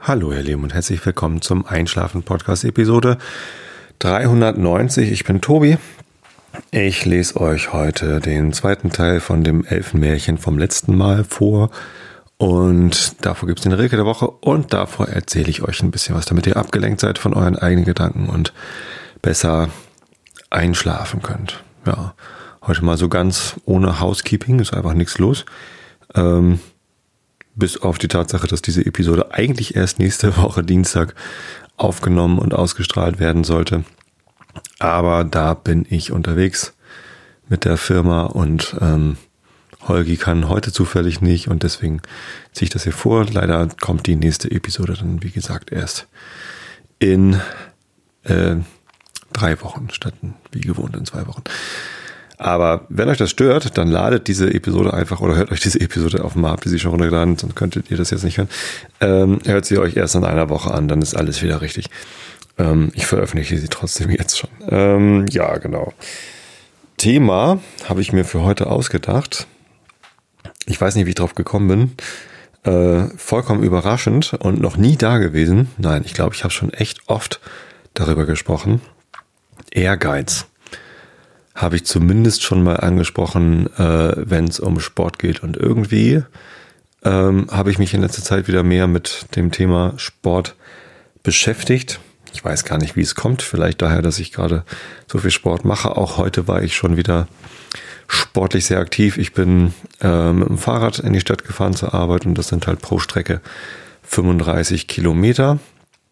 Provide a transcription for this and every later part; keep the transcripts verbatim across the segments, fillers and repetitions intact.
Hallo ihr Lieben und herzlich willkommen zum Einschlafen-Podcast Episode dreihundertneunzig. Ich bin Tobi. Ich lese euch heute den zweiten Teil von dem Elfenmärchen vom letzten Mal vor und davor gibt es den Rilke der Woche und davor erzähle ich euch ein bisschen was, damit ihr abgelenkt seid von euren eigenen Gedanken und besser einschlafen könnt. Ja, heute mal so ganz ohne Housekeeping, ist einfach nichts los. Ähm, Bis auf die Tatsache, dass diese Episode eigentlich erst nächste Woche Dienstag aufgenommen und ausgestrahlt werden sollte. Aber da bin ich unterwegs mit der Firma und ähm, Holgi kann heute zufällig nicht und deswegen ziehe ich das hier vor. Leider kommt die nächste Episode dann, wie gesagt, erst in äh, drei Wochen statt wie gewohnt in zwei Wochen. Aber wenn euch das stört, dann ladet diese Episode einfach oder hört euch diese Episode auf dem Mal, habt ihr sie schon runtergeladen, sonst könntet ihr das jetzt nicht hören. Ähm, hört sie euch erst in einer Woche an, dann ist alles wieder richtig. Ähm, ich veröffentliche sie trotzdem jetzt schon. Ähm, ja, genau. Thema habe ich mir für heute ausgedacht. Ich weiß nicht, wie ich drauf gekommen bin. Äh, vollkommen überraschend und noch nie da gewesen. Nein, ich glaube, ich habe schon echt oft darüber gesprochen. Ehrgeiz. Habe ich zumindest schon mal angesprochen, äh, wenn es um Sport geht. Und irgendwie ähm, habe ich mich in letzter Zeit wieder mehr mit dem Thema Sport beschäftigt. Ich weiß gar nicht, wie es kommt. Vielleicht daher, dass ich gerade so viel Sport mache. Auch heute war ich schon wieder sportlich sehr aktiv. Ich bin äh, mit dem Fahrrad in die Stadt gefahren zur Arbeit und das sind halt pro Strecke fünfunddreißig Kilometer.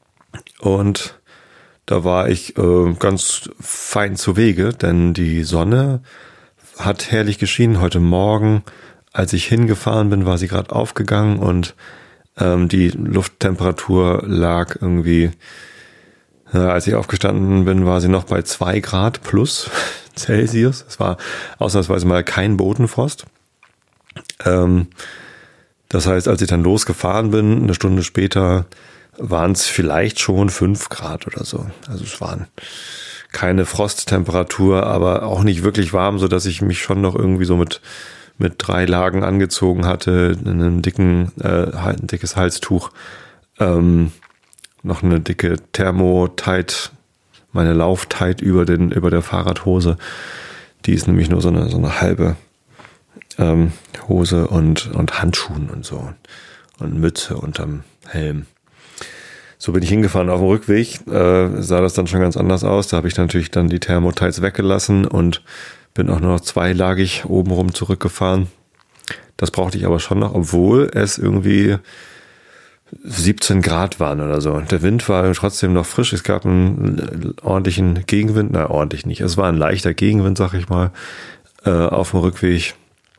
Und da war ich äh, ganz fein zu Wege, denn die Sonne hat herrlich geschienen. Heute Morgen, als ich hingefahren bin, war sie gerade aufgegangen und ähm, die Lufttemperatur lag irgendwie, äh, als ich aufgestanden bin, war sie noch bei zwei Grad plus Celsius. Es war ausnahmsweise mal kein Bodenfrost. Ähm, das heißt, als ich dann losgefahren bin, eine Stunde später, waren es vielleicht schon fünf Grad oder so. Also es waren keine Frosttemperatur, aber auch nicht wirklich warm, so dass ich mich schon noch irgendwie so mit mit drei Lagen angezogen hatte, einen dicken, äh, ein dickes Halstuch, ähm, noch eine dicke Thermo-Tight, meine Lauf-Tight über den über der Fahrradhose. Die ist nämlich nur so eine so eine halbe ähm, Hose und und Handschuhen und so und Mütze unterm Helm. So bin ich hingefahren. Auf dem Rückweg äh, sah das dann schon ganz anders aus. Da habe ich natürlich dann die Thermoteils weggelassen und bin auch nur noch zweilagig obenrum zurückgefahren. Das brauchte ich aber schon noch, obwohl es irgendwie siebzehn Grad waren oder so. Der Wind war trotzdem noch frisch. Es gab einen ordentlichen Gegenwind. Na, ordentlich nicht. Es war ein leichter Gegenwind, sag ich mal, äh, auf dem Rückweg.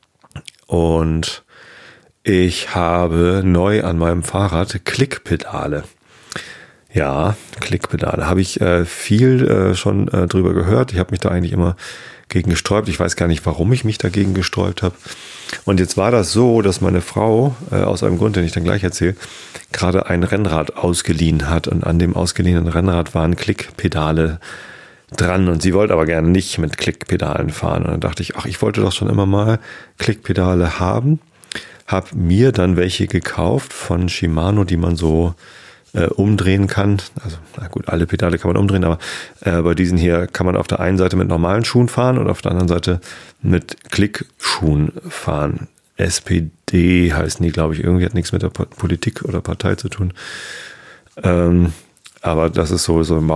Und ich habe neu an meinem Fahrrad Klickpedale. Ja, Klickpedale. Habe ich äh, viel äh, schon äh, drüber gehört. Ich habe mich da eigentlich immer gegen gesträubt. Ich weiß gar nicht, warum ich mich dagegen gesträubt habe. Und jetzt war das so, dass meine Frau, äh, aus einem Grund, den ich dann gleich erzähle, gerade ein Rennrad ausgeliehen hat. Und an dem ausgeliehenen Rennrad waren Klickpedale dran. Und sie wollte aber gerne nicht mit Klickpedalen fahren. Und dann dachte ich, ach, ich wollte doch schon immer mal Klickpedale haben. Hab mir dann welche gekauft von Shimano, die man so Äh, umdrehen kann. Also, na gut, alle Pedale kann man umdrehen, aber äh, bei diesen hier kann man auf der einen Seite mit normalen Schuhen fahren und auf der anderen Seite mit Klickschuhen fahren. S P D heißen die, glaube ich. Irgendwie hat nichts mit der Politik oder Partei zu tun. Ähm, aber das ist so, so ein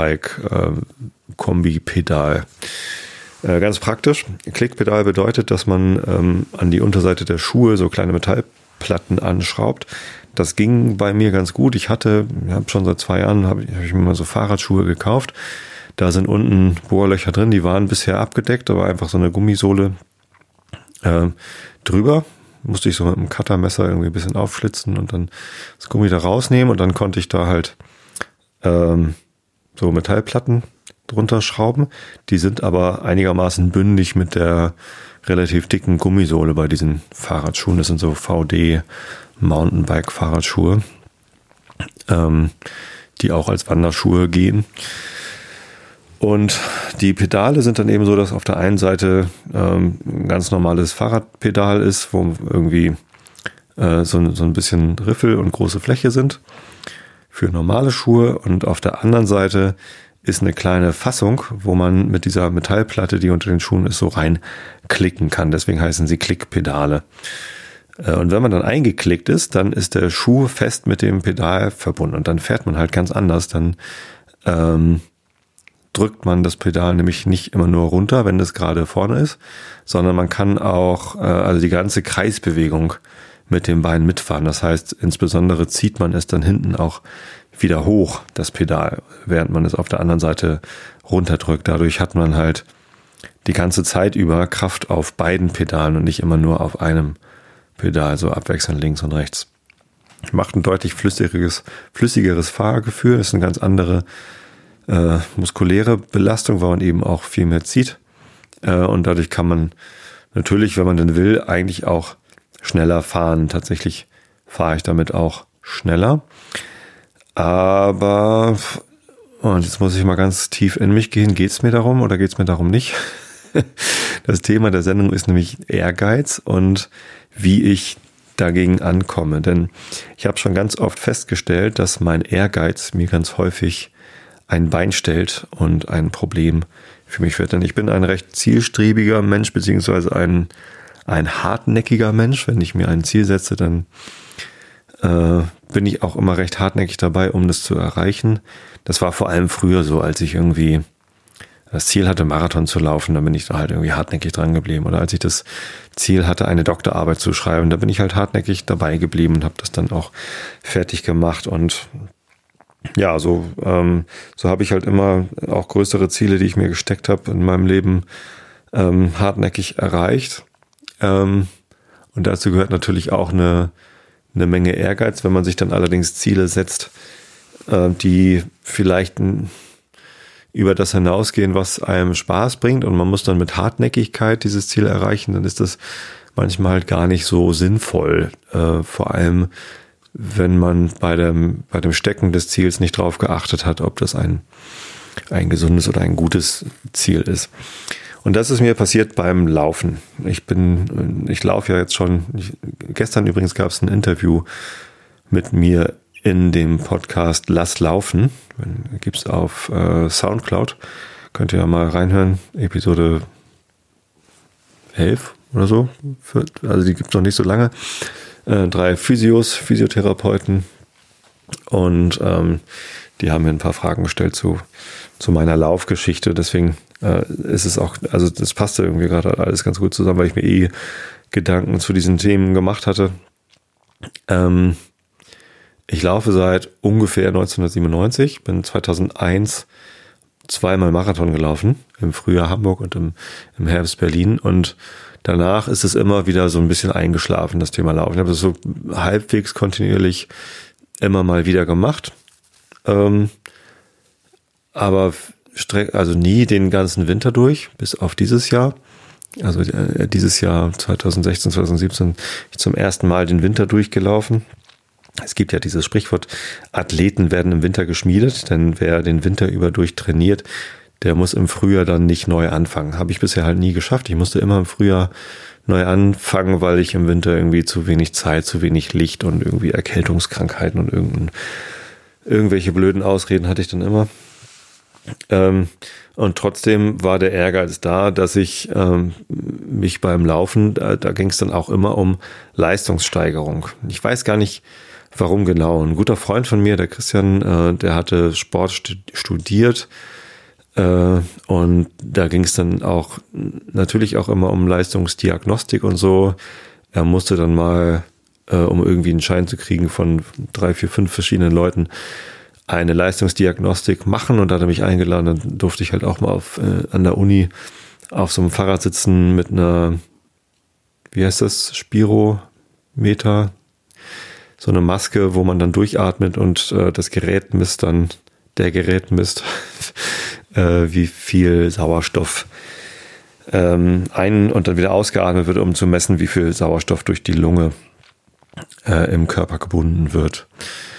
Mountainbike-Kombi-Pedal. Äh, ganz praktisch. Klickpedal bedeutet, dass man ähm, an die Unterseite der Schuhe so kleine Metallplatten anschraubt. Das ging bei mir ganz gut. Ich hatte, ich habe schon seit zwei Jahren, habe ich, hab ich mir mal so Fahrradschuhe gekauft. Da sind unten Bohrlöcher drin, die waren bisher abgedeckt, da war einfach so eine Gummisohle äh, drüber. Musste ich so mit einem Cuttermesser irgendwie ein bisschen aufschlitzen und dann das Gummi da rausnehmen und dann konnte ich da halt ähm, so Metallplatten drunter schrauben. Die sind aber einigermaßen bündig mit der relativ dicken Gummisohle bei diesen Fahrradschuhen. Das sind so V D Mountainbike-Fahrradschuhe, ähm, die auch als Wanderschuhe gehen. Und die Pedale sind dann eben so, dass auf der einen Seite ähm, ein ganz normales Fahrradpedal ist, wo irgendwie äh, so, so ein bisschen Riffel und große Fläche sind für normale Schuhe. Und auf der anderen Seite ist eine kleine Fassung, wo man mit dieser Metallplatte, die unter den Schuhen ist, so reinklicken kann. Deswegen heißen sie Klickpedale. Und wenn man dann eingeklickt ist, dann ist der Schuh fest mit dem Pedal verbunden und dann fährt man halt ganz anders. Dann ähm, drückt man das Pedal nämlich nicht immer nur runter, wenn das gerade vorne ist, sondern man kann auch äh, also die ganze Kreisbewegung mit dem Bein mitfahren. Das heißt, insbesondere zieht man es dann hinten auch wieder hoch, das Pedal, während man es auf der anderen Seite runterdrückt. Dadurch hat man halt die ganze Zeit über Kraft auf beiden Pedalen und nicht immer nur auf einem Pedal, so abwechselnd links und rechts. Macht ein deutlich flüssigeres, flüssigeres Fahrgefühl, ist eine ganz andere äh, muskuläre Belastung, weil man eben auch viel mehr zieht. Äh, und dadurch kann man natürlich, wenn man denn will, eigentlich auch schneller fahren. Tatsächlich fahre ich damit auch schneller. Aber, und jetzt muss ich mal ganz tief in mich gehen, geht es mir darum oder geht es mir darum nicht? Das Thema der Sendung ist nämlich Ehrgeiz und wie ich dagegen ankomme. Denn ich habe schon ganz oft festgestellt, dass mein Ehrgeiz mir ganz häufig ein Bein stellt und ein Problem für mich wird. Denn ich bin ein recht zielstrebiger Mensch, beziehungsweise ein, ein hartnäckiger Mensch. Wenn ich mir ein Ziel setze, dann äh, bin ich auch immer recht hartnäckig dabei, um das zu erreichen. Das war vor allem früher so, als ich irgendwie das Ziel hatte, Marathon zu laufen, da bin ich da halt irgendwie hartnäckig dran geblieben. Oder als ich das Ziel hatte, eine Doktorarbeit zu schreiben, da bin ich halt hartnäckig dabei geblieben und habe das dann auch fertig gemacht. Und ja, so ähm, so habe ich halt immer auch größere Ziele, die ich mir gesteckt habe in meinem Leben, ähm, hartnäckig erreicht. Ähm, und dazu gehört natürlich auch eine, eine Menge Ehrgeiz. Wenn man sich dann allerdings Ziele setzt, äh, die vielleicht ein über das hinausgehen, was einem Spaß bringt und man muss dann mit Hartnäckigkeit dieses Ziel erreichen, dann ist das manchmal halt gar nicht so sinnvoll. Äh, vor allem, wenn man bei dem, bei dem Stecken des Ziels nicht drauf geachtet hat, ob das ein, ein gesundes oder ein gutes Ziel ist. Und das ist mir passiert beim Laufen. Ich bin, ich laufe ja jetzt schon, ich, gestern übrigens gab es ein Interview mit mir in dem Podcast Lass Laufen. Gibt's auf äh, Soundcloud. Könnt ihr ja mal reinhören. Episode elf oder so. Also die gibt's noch nicht so lange. Äh, drei Physios, Physiotherapeuten. Und ähm, die haben mir ein paar Fragen gestellt zu, zu meiner Laufgeschichte. Deswegen äh, ist es auch, also das passte irgendwie gerade alles ganz gut zusammen, weil ich mir eh Gedanken zu diesen Themen gemacht hatte. Ähm, Ich laufe seit ungefähr neunzehnhundertsiebenundneunzig, bin zweitausendeins zweimal Marathon gelaufen, im Frühjahr Hamburg und im, im Herbst Berlin, und danach ist es immer wieder so ein bisschen eingeschlafen, das Thema Laufen. Ich habe das so halbwegs kontinuierlich immer mal wieder gemacht, ähm, aber streck, also nie den ganzen Winter durch, bis auf dieses Jahr. Also äh, dieses Jahr zweitausendsechzehn, zweitausendsiebzehn ich zum ersten Mal den Winter durchgelaufen. Es gibt ja dieses Sprichwort, Athleten werden im Winter geschmiedet, denn wer den Winter über durch trainiert, der muss im Frühjahr dann nicht neu anfangen. Habe ich bisher halt nie geschafft. Ich musste immer im Frühjahr neu anfangen, weil ich im Winter irgendwie zu wenig Zeit, zu wenig Licht und irgendwie Erkältungskrankheiten und irgendein, irgendwelche blöden Ausreden hatte ich dann immer. Ähm, und trotzdem war der Ehrgeiz da, dass ich ähm, mich beim Laufen, da, da ging es dann auch immer um Leistungssteigerung. Ich weiß gar nicht, warum genau. Ein guter Freund von mir, der Christian, äh, der hatte Sport studiert äh, und da ging es dann auch natürlich auch immer um Leistungsdiagnostik und so. Er musste dann mal, äh, um irgendwie einen Schein zu kriegen von drei, vier, fünf verschiedenen Leuten, eine Leistungsdiagnostik machen, und da hat er mich eingeladen. Dann durfte ich halt auch mal auf, äh, an der Uni auf so einem Fahrrad sitzen mit einer, wie heißt das, Spirometer, so eine Maske, wo man dann durchatmet und äh, das Gerät misst dann, der Gerät misst, äh, wie viel Sauerstoff ähm, ein- und dann wieder ausgeatmet wird, um zu messen, wie viel Sauerstoff durch die Lunge äh, im Körper gebunden wird.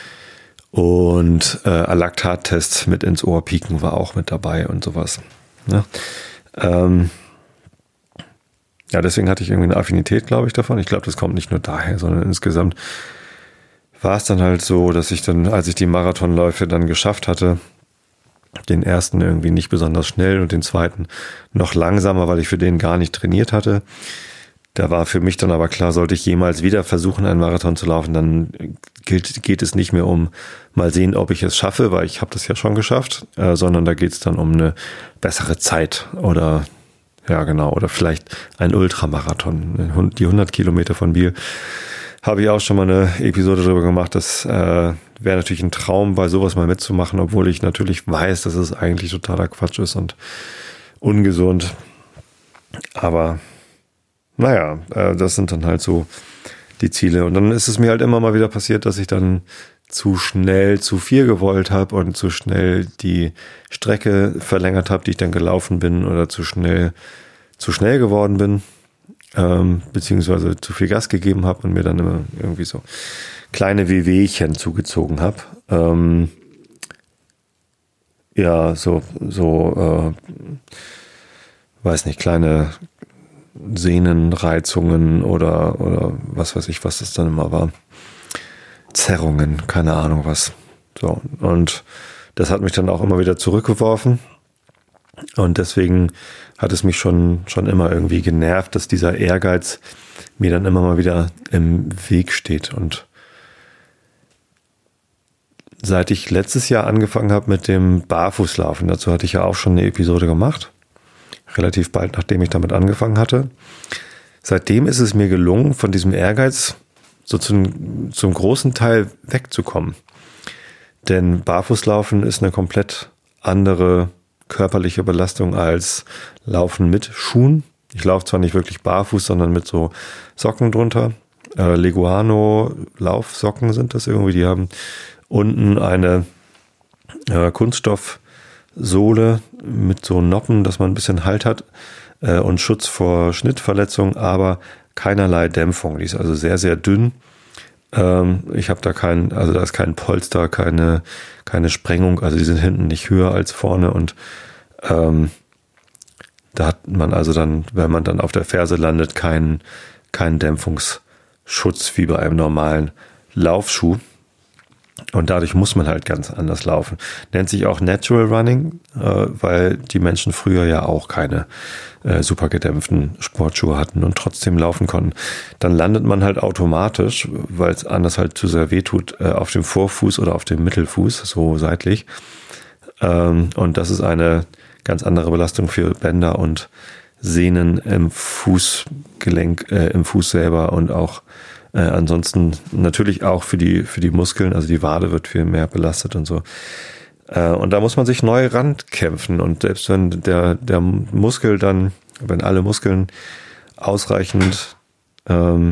Und äh, Laktattest mit ins Ohr pieken war auch mit dabei und sowas. Ja, ähm, ja, deswegen hatte ich irgendwie eine Affinität, glaube ich, davon. Ich glaube, das kommt nicht nur daher, sondern insgesamt war es dann halt so, dass ich dann, als ich die Marathonläufe dann geschafft hatte, den ersten irgendwie nicht besonders schnell und den zweiten noch langsamer, weil ich für den gar nicht trainiert hatte. Da war für mich dann aber klar, sollte ich jemals wieder versuchen, einen Marathon zu laufen, dann gilt, geht es nicht mehr um mal sehen, ob ich es schaffe, weil ich habe das ja schon geschafft, äh, sondern da geht es dann um eine bessere Zeit oder ja genau, oder vielleicht ein Ultramarathon, die hundert Kilometer von Biel. Habe ich auch schon mal eine Episode darüber gemacht. Das äh, wäre natürlich ein Traum, bei sowas mal mitzumachen, obwohl ich natürlich weiß, dass es eigentlich totaler Quatsch ist und ungesund. Aber naja, äh, das sind dann halt so die Ziele. Und dann ist es mir halt immer mal wieder passiert, dass ich dann zu schnell zu viel gewollt habe und zu schnell die Strecke verlängert habe, die ich dann gelaufen bin, oder zu schnell zu schnell geworden bin. Ähm, beziehungsweise zu viel Gas gegeben habe und mir dann immer irgendwie so kleine Wehwehchen zugezogen habe. Ähm, ja, so, so, äh, weiß nicht, kleine Sehnenreizungen oder, oder was weiß ich, was das dann immer war. Zerrungen, keine Ahnung was. So, und das hat mich dann auch immer wieder zurückgeworfen. Und deswegen hat es mich schon, schon immer irgendwie genervt, dass dieser Ehrgeiz mir dann immer mal wieder im Weg steht. Und seit ich letztes Jahr angefangen habe mit dem Barfußlaufen, dazu hatte ich ja auch schon eine Episode gemacht, relativ bald nachdem ich damit angefangen hatte. Seitdem ist es mir gelungen, von diesem Ehrgeiz so zum, zum großen Teil wegzukommen. Denn Barfußlaufen ist eine komplett andere körperliche Belastung als Laufen mit Schuhen. Ich laufe zwar nicht wirklich barfuß, sondern mit so Socken drunter. Äh, Leguano Laufsocken sind das irgendwie. Die haben unten eine äh, Kunststoffsohle mit so Noppen, dass man ein bisschen Halt hat äh, und Schutz vor Schnittverletzungen, aber keinerlei Dämpfung. Die ist also sehr, sehr dünn. Ähm, ich habe da kein, also da ist kein Polster, keine, keine Sprengung. Also die sind hinten nicht höher als vorne und ähm, da hat man also dann, wenn man dann auf der Ferse landet, keinen keinen Dämpfungsschutz wie bei einem normalen Laufschuh. Und dadurch muss man halt ganz anders laufen. Nennt sich auch Natural Running, äh, weil die Menschen früher ja auch keine äh, super gedämpften Sportschuhe hatten und trotzdem laufen konnten. Dann landet man halt automatisch, weil es anders halt zu sehr weh tut, äh, auf dem Vorfuß oder auf dem Mittelfuß, so seitlich. Ähm, und das ist eine ganz andere Belastung für Bänder und Sehnen im Fußgelenk, äh, im Fuß selber und auch Äh, ansonsten natürlich auch für die für die Muskeln, also die Wade wird viel mehr belastet und so. Äh, und da muss man sich neu rankämpfen. Und selbst wenn der der Muskel dann, wenn alle Muskeln ausreichend ähm,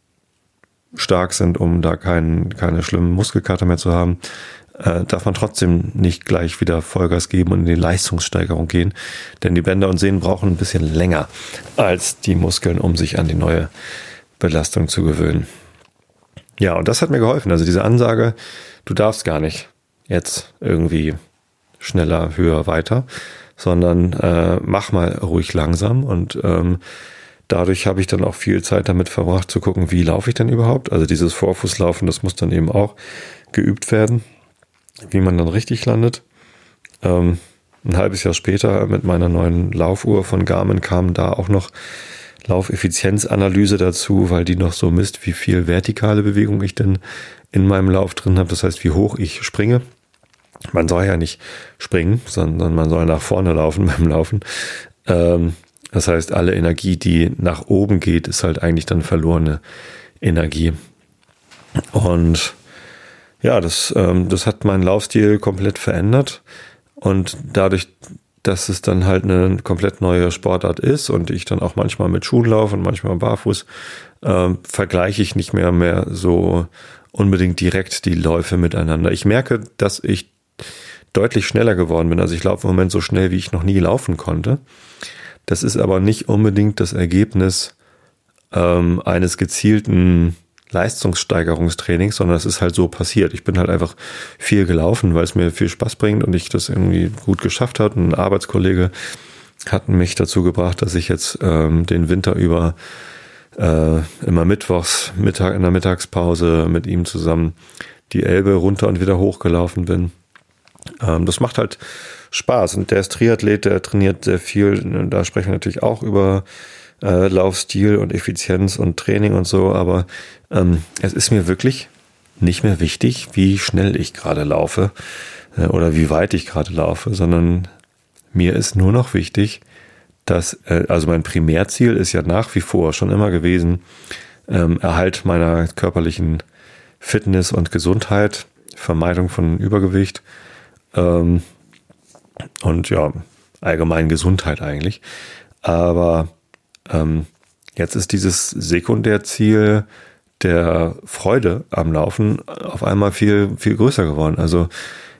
stark sind, um da keinen keine schlimmen Muskelkater mehr zu haben, äh, darf man trotzdem nicht gleich wieder Vollgas geben und in die Leistungssteigerung gehen. Denn die Bänder und Sehnen brauchen ein bisschen länger als die Muskeln, um sich an die neue Belastung zu gewöhnen. Ja, und das hat mir geholfen. Also diese Ansage, du darfst gar nicht jetzt irgendwie schneller, höher, weiter, sondern äh, mach mal ruhig langsam. Und ähm, dadurch habe ich dann auch viel Zeit damit verbracht zu gucken, wie laufe ich denn überhaupt. Also dieses Vorfußlaufen, das muss dann eben auch geübt werden, wie man dann richtig landet. Ähm, ein halbes Jahr später mit meiner neuen Laufuhr von Garmin kam da auch noch Laufeffizienzanalyse dazu, weil die noch so misst, wie viel vertikale Bewegung ich denn in meinem Lauf drin habe. Das heißt, wie hoch ich springe. Man soll ja nicht springen, sondern man soll nach vorne laufen beim Laufen. Ähm, das heißt, alle Energie, die nach oben geht, ist halt eigentlich dann verlorene Energie. Und ja, das, ähm, das hat meinen Laufstil komplett verändert. Und dadurch, dass es dann halt eine komplett neue Sportart ist und ich dann auch manchmal mit Schuhen laufe und manchmal barfuß, äh, vergleiche ich nicht mehr mehr so unbedingt direkt die Läufe miteinander. Ich merke, dass ich deutlich schneller geworden bin. Also ich laufe im Moment so schnell, wie ich noch nie laufen konnte. Das ist aber nicht unbedingt das Ergebnis ähm, eines gezielten Leistungssteigerungstrainings, sondern es ist halt so passiert. Ich bin halt einfach viel gelaufen, weil es mir viel Spaß bringt und ich das irgendwie gut geschafft habe. Ein Arbeitskollege hatten mich dazu gebracht, dass ich jetzt ähm, den Winter über äh, immer mittwochs, Mittag in der Mittagspause mit ihm zusammen die Elbe runter und wieder hochgelaufen bin. Ähm, das macht halt Spaß. Und der ist Triathlet, der trainiert sehr viel. Da sprechen wir natürlich auch über äh, Laufstil und Effizienz und Training und so. Aber ähm, es ist mir wirklich nicht mehr wichtig, wie schnell ich gerade laufe äh, oder wie weit ich gerade laufe, sondern mir ist nur noch wichtig, dass, äh, also mein Primärziel ist ja nach wie vor schon immer gewesen, ähm, Erhalt meiner körperlichen Fitness und Gesundheit, Vermeidung von Übergewicht ähm, und ja, allgemein Gesundheit eigentlich. Aber ähm, jetzt ist dieses Sekundärziel der Freude am Laufen auf einmal viel, viel größer geworden. Also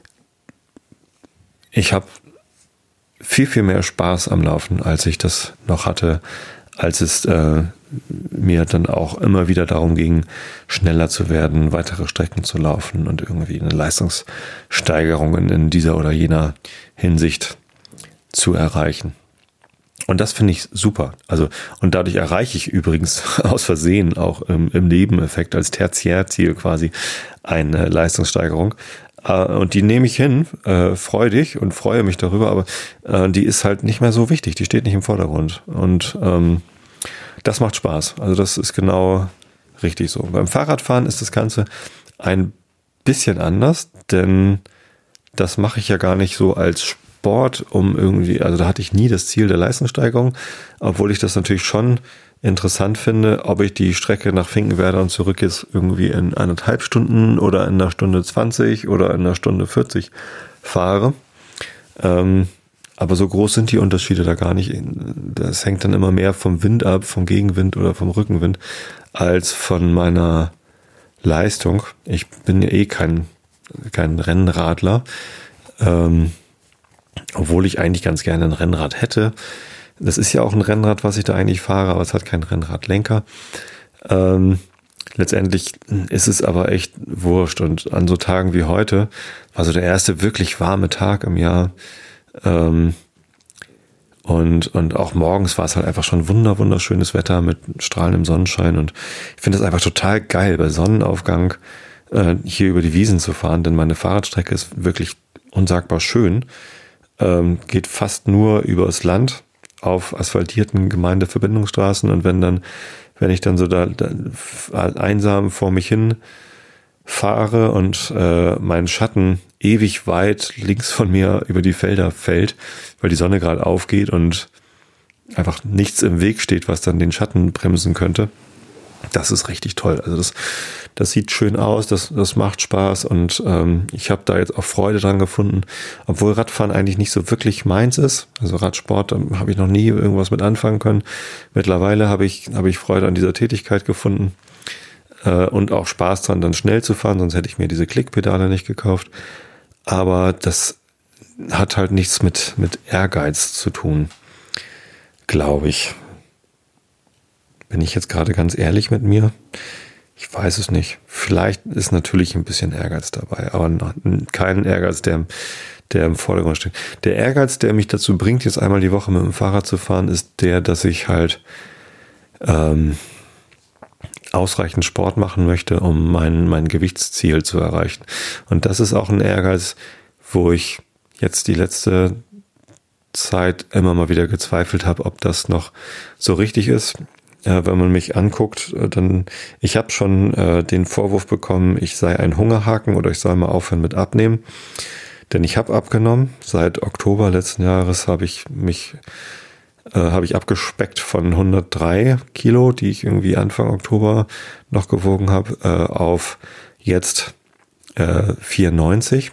ich habe viel, viel mehr Spaß am Laufen, als ich das noch hatte, als es äh, mir dann auch immer wieder darum ging, schneller zu werden, weitere Strecken zu laufen und irgendwie eine Leistungssteigerung in, in dieser oder jener Hinsicht zu erreichen. Und das finde ich super. Also, und dadurch erreiche ich übrigens aus Versehen auch im, im Nebeneffekt als Tertiärziel quasi eine Leistungssteigerung. Und die nehme ich hin, äh, freudig und freue mich darüber, aber äh, die ist halt nicht mehr so wichtig, die steht nicht im Vordergrund. Und ähm, das macht Spaß. Also das ist genau richtig so. Beim Fahrradfahren ist das Ganze ein bisschen anders, denn das mache ich ja gar nicht so als Sport, um irgendwie, also da hatte ich nie das Ziel der Leistungssteigerung, obwohl ich das natürlich schon interessant finde, ob ich die Strecke nach Finkenwerder und zurück jetzt irgendwie in eineinhalb Stunden oder in einer Stunde zwanzig oder in einer Stunde vierzig fahre. Ähm, aber so groß sind die Unterschiede da gar nicht. Das hängt dann immer mehr vom Wind ab, vom Gegenwind oder vom Rückenwind, als von meiner Leistung. Ich bin ja eh kein, kein Rennradler, ähm, obwohl ich eigentlich ganz gerne ein Rennrad hätte. Das ist ja auch ein Rennrad, was ich da eigentlich fahre, aber es hat keinen Rennradlenker. Ähm, letztendlich ist es aber echt wurscht. Und an so Tagen wie heute war so der erste wirklich warme Tag im Jahr. Ähm, und, und auch morgens war es halt einfach schon wunder, wunderschönes Wetter mit strahlendem Sonnenschein. Und ich finde es einfach total geil, bei Sonnenaufgang äh, hier über die Wiesen zu fahren, denn meine Fahrradstrecke ist wirklich unsagbar schön. Ähm, geht fast nur übers Land auf asphaltierten Gemeindeverbindungsstraßen, und wenn dann, wenn ich dann so da, da einsam vor mich hin fahre und äh, mein Schatten ewig weit links von mir über die Felder fällt, weil die Sonne gerade aufgeht und einfach nichts im Weg steht, was dann den Schatten bremsen könnte, das ist richtig toll. Also das, das sieht schön aus, das, das macht Spaß, und ähm, ich habe da jetzt auch Freude dran gefunden, obwohl Radfahren eigentlich nicht so wirklich meins ist. Also Radsport, da habe ich noch nie irgendwas mit anfangen können. Mittlerweile habe ich, habe ich Freude an dieser Tätigkeit gefunden äh, und auch Spaß dran, dann schnell zu fahren, sonst hätte ich mir diese Klickpedale nicht gekauft. Aber das hat halt nichts mit, mit Ehrgeiz zu tun, glaube ich. Bin ich jetzt gerade ganz ehrlich mit mir? Ich weiß es nicht. Vielleicht ist natürlich ein bisschen Ehrgeiz dabei, aber kein Ehrgeiz, der, der im Vordergrund steht. Der Ehrgeiz, der mich dazu bringt, jetzt einmal die Woche mit dem Fahrrad zu fahren, ist der, dass ich halt ähm, ausreichend Sport machen möchte, um mein, mein Gewichtsziel zu erreichen. Und das ist auch ein Ehrgeiz, wo ich jetzt die letzte Zeit immer mal wieder gezweifelt habe, ob das noch so richtig ist. Ja, wenn man mich anguckt, dann, ich habe schon äh, den Vorwurf bekommen, ich sei ein Hungerhaken oder ich soll mal aufhören mit Abnehmen. Denn ich habe abgenommen. Seit Oktober letzten Jahres habe ich mich, äh, habe ich abgespeckt von hundertdrei Kilo, die ich irgendwie Anfang Oktober noch gewogen habe, äh, auf jetzt äh, vierundneunzig.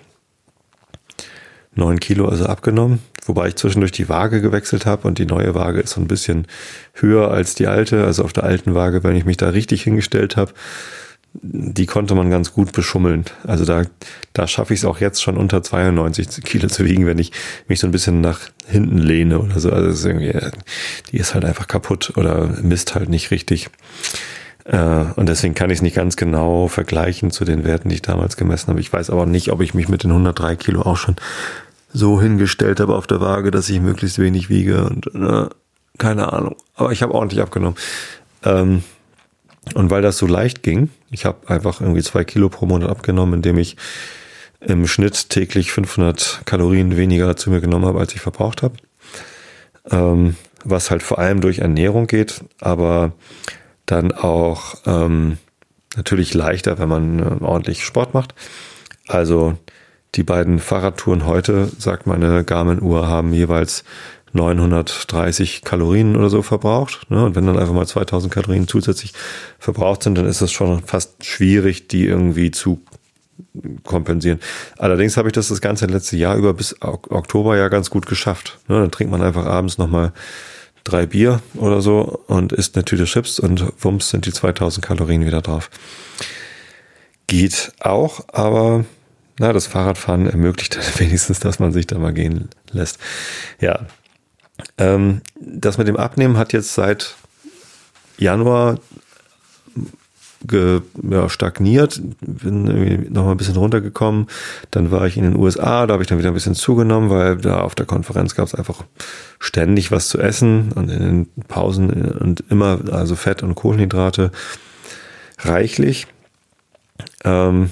neun Kilo also abgenommen, wobei ich zwischendurch die Waage gewechselt habe, und die neue Waage ist so ein bisschen höher als die alte. Also auf der alten Waage, wenn ich mich da richtig hingestellt habe, die konnte man ganz gut beschummeln. Also da, da schaffe ich es auch jetzt schon unter zweiundneunzig Kilo zu wiegen, wenn ich mich so ein bisschen nach hinten lehne oder so. Also das ist irgendwie, die ist halt einfach kaputt oder misst halt nicht richtig. Und deswegen kann ich es nicht ganz genau vergleichen zu den Werten, die ich damals gemessen habe. Ich weiß aber nicht, ob ich mich mit den hundertdrei Kilo auch schon so hingestellt habe auf der Waage, dass ich möglichst wenig wiege und äh, keine Ahnung. Aber ich habe ordentlich abgenommen. Ähm, und weil das so leicht ging, ich habe einfach irgendwie zwei Kilo pro Monat abgenommen, indem ich im Schnitt täglich fünfhundert Kalorien weniger zu mir genommen habe, als ich verbraucht habe. Ähm, was halt vor allem durch Ernährung geht, aber dann auch ähm, natürlich leichter, wenn man äh, ordentlich Sport macht. Also die beiden Fahrradtouren heute, sagt meine Garmin-Uhr, haben jeweils neunhundertdreißig Kalorien oder so verbraucht. Ne? Und wenn dann einfach mal zweitausend Kalorien zusätzlich verbraucht sind, dann ist es schon fast schwierig, die irgendwie zu kompensieren. Allerdings habe ich das das ganze letzte Jahr über bis Oktober ja ganz gut geschafft. Ne? Dann trinkt man einfach abends nochmal drei Bier oder so und isst eine Tüte Chips und wumms sind die zweitausend Kalorien wieder drauf. Geht auch, aber na, das Fahrradfahren ermöglicht wenigstens, dass man sich da mal gehen lässt. Ja, ähm, das mit dem Abnehmen hat jetzt seit Januar ge, ja, stagniert, bin irgendwie noch mal ein bisschen runtergekommen. Dann war ich in den U S A, da habe ich dann wieder ein bisschen zugenommen, weil da auf der Konferenz gab es einfach ständig was zu essen und in den Pausen und immer, also Fett und Kohlenhydrate reichlich. Ähm,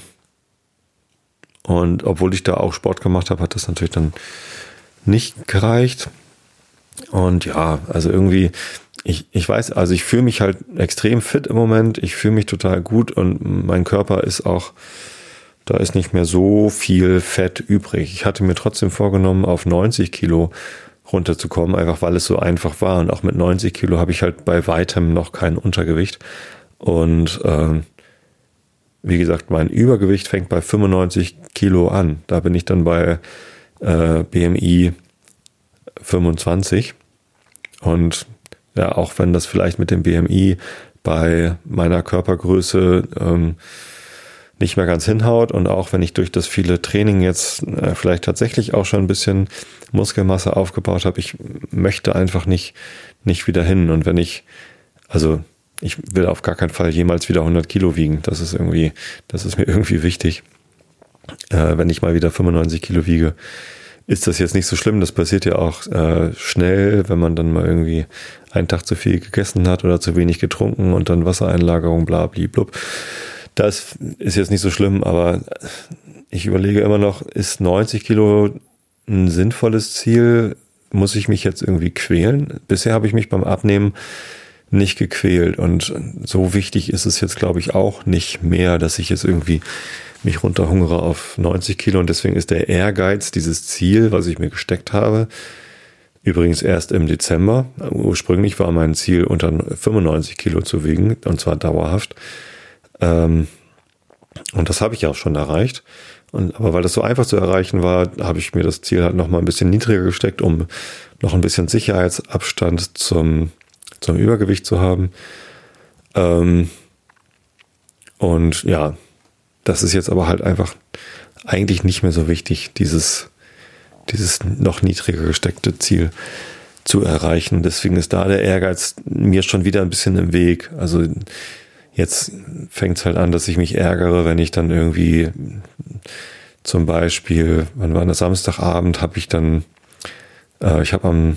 Und obwohl ich da auch Sport gemacht habe, hat das natürlich dann nicht gereicht. Und ja, also irgendwie, ich, ich weiß, also ich fühle mich halt extrem fit im Moment. Ich fühle mich total gut und mein Körper ist auch, da ist nicht mehr so viel Fett übrig. Ich hatte mir trotzdem vorgenommen, auf neunzig Kilo runterzukommen, einfach weil es so einfach war. Und auch mit neunzig Kilo habe ich halt bei weitem noch kein Untergewicht. Und ähm, wie gesagt, mein Übergewicht fängt bei fünfundneunzig Kilo an. Da bin ich dann bei äh, B M I fünfundzwanzig. Und ja, auch wenn das vielleicht mit dem B M I bei meiner Körpergröße ähm, nicht mehr ganz hinhaut und auch wenn ich durch das viele Training jetzt äh, vielleicht tatsächlich auch schon ein bisschen Muskelmasse aufgebaut habe, ich möchte einfach nicht, nicht wieder hin. Und wenn ich, also ich will auf gar keinen Fall jemals wieder hundert Kilo wiegen. Das ist irgendwie, das ist mir irgendwie wichtig. Äh, wenn ich mal wieder fünfundneunzig Kilo wiege, ist das jetzt nicht so schlimm. Das passiert ja auch äh, schnell, wenn man dann mal irgendwie einen Tag zu viel gegessen hat oder zu wenig getrunken und dann Wassereinlagerung, bla, bli, blub. Das ist jetzt nicht so schlimm, aber ich überlege immer noch, ist neunzig Kilo ein sinnvolles Ziel? Muss ich mich jetzt irgendwie quälen? Bisher habe ich mich beim Abnehmen nicht gequält und so wichtig ist es jetzt, glaube ich, auch nicht mehr, dass ich jetzt irgendwie mich runterhungere auf neunzig Kilo und deswegen ist der Ehrgeiz, dieses Ziel, was ich mir gesteckt habe, übrigens erst im Dezember. Ursprünglich war mein Ziel, unter fünfundneunzig Kilo zu wiegen und zwar dauerhaft. Ähm, und das habe ich ja auch schon erreicht. Und, aber weil das so einfach zu erreichen war, habe ich mir das Ziel halt noch mal ein bisschen niedriger gesteckt, um noch ein bisschen Sicherheitsabstand zum zum Übergewicht zu haben. Ähm, und ja, das ist jetzt aber halt einfach eigentlich nicht mehr so wichtig, dieses, dieses noch niedriger gesteckte Ziel zu erreichen. Deswegen ist da der Ehrgeiz mir schon wieder ein bisschen im Weg. Also jetzt fängt es halt an, dass ich mich ärgere, wenn ich dann irgendwie zum Beispiel, wann war das, Samstagabend, habe ich dann, äh, ich habe am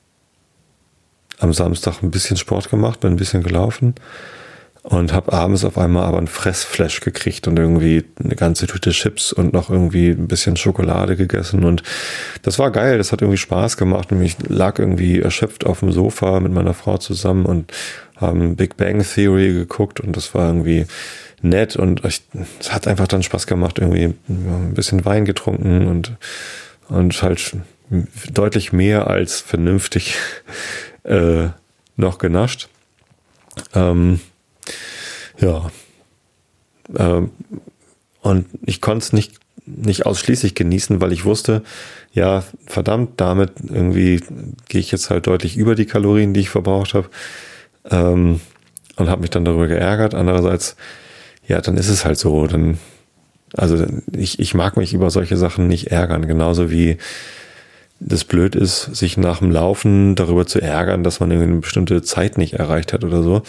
am Samstag ein bisschen Sport gemacht, bin ein bisschen gelaufen und habe abends auf einmal aber ein Fressflash gekriegt und irgendwie eine ganze Tüte Chips und noch irgendwie ein bisschen Schokolade gegessen und das war geil, das hat irgendwie Spaß gemacht und ich lag irgendwie erschöpft auf dem Sofa mit meiner Frau zusammen und haben Big Bang Theory geguckt und das war irgendwie nett und es hat einfach dann Spaß gemacht, irgendwie ein bisschen Wein getrunken und, und halt deutlich mehr als vernünftig Äh, noch genascht. Ähm, ja. Ähm, und ich konnte es nicht, nicht ausschließlich genießen, weil ich wusste, ja, verdammt, damit irgendwie gehe ich jetzt halt deutlich über die Kalorien, die ich verbraucht habe. Ähm, und habe mich dann darüber geärgert. Andererseits, ja, dann ist es halt so. Dann, also ich, ich mag mich über solche Sachen nicht ärgern. Genauso wie das blöd ist, sich nach dem Laufen darüber zu ärgern, dass man eine bestimmte Zeit nicht erreicht hat oder so.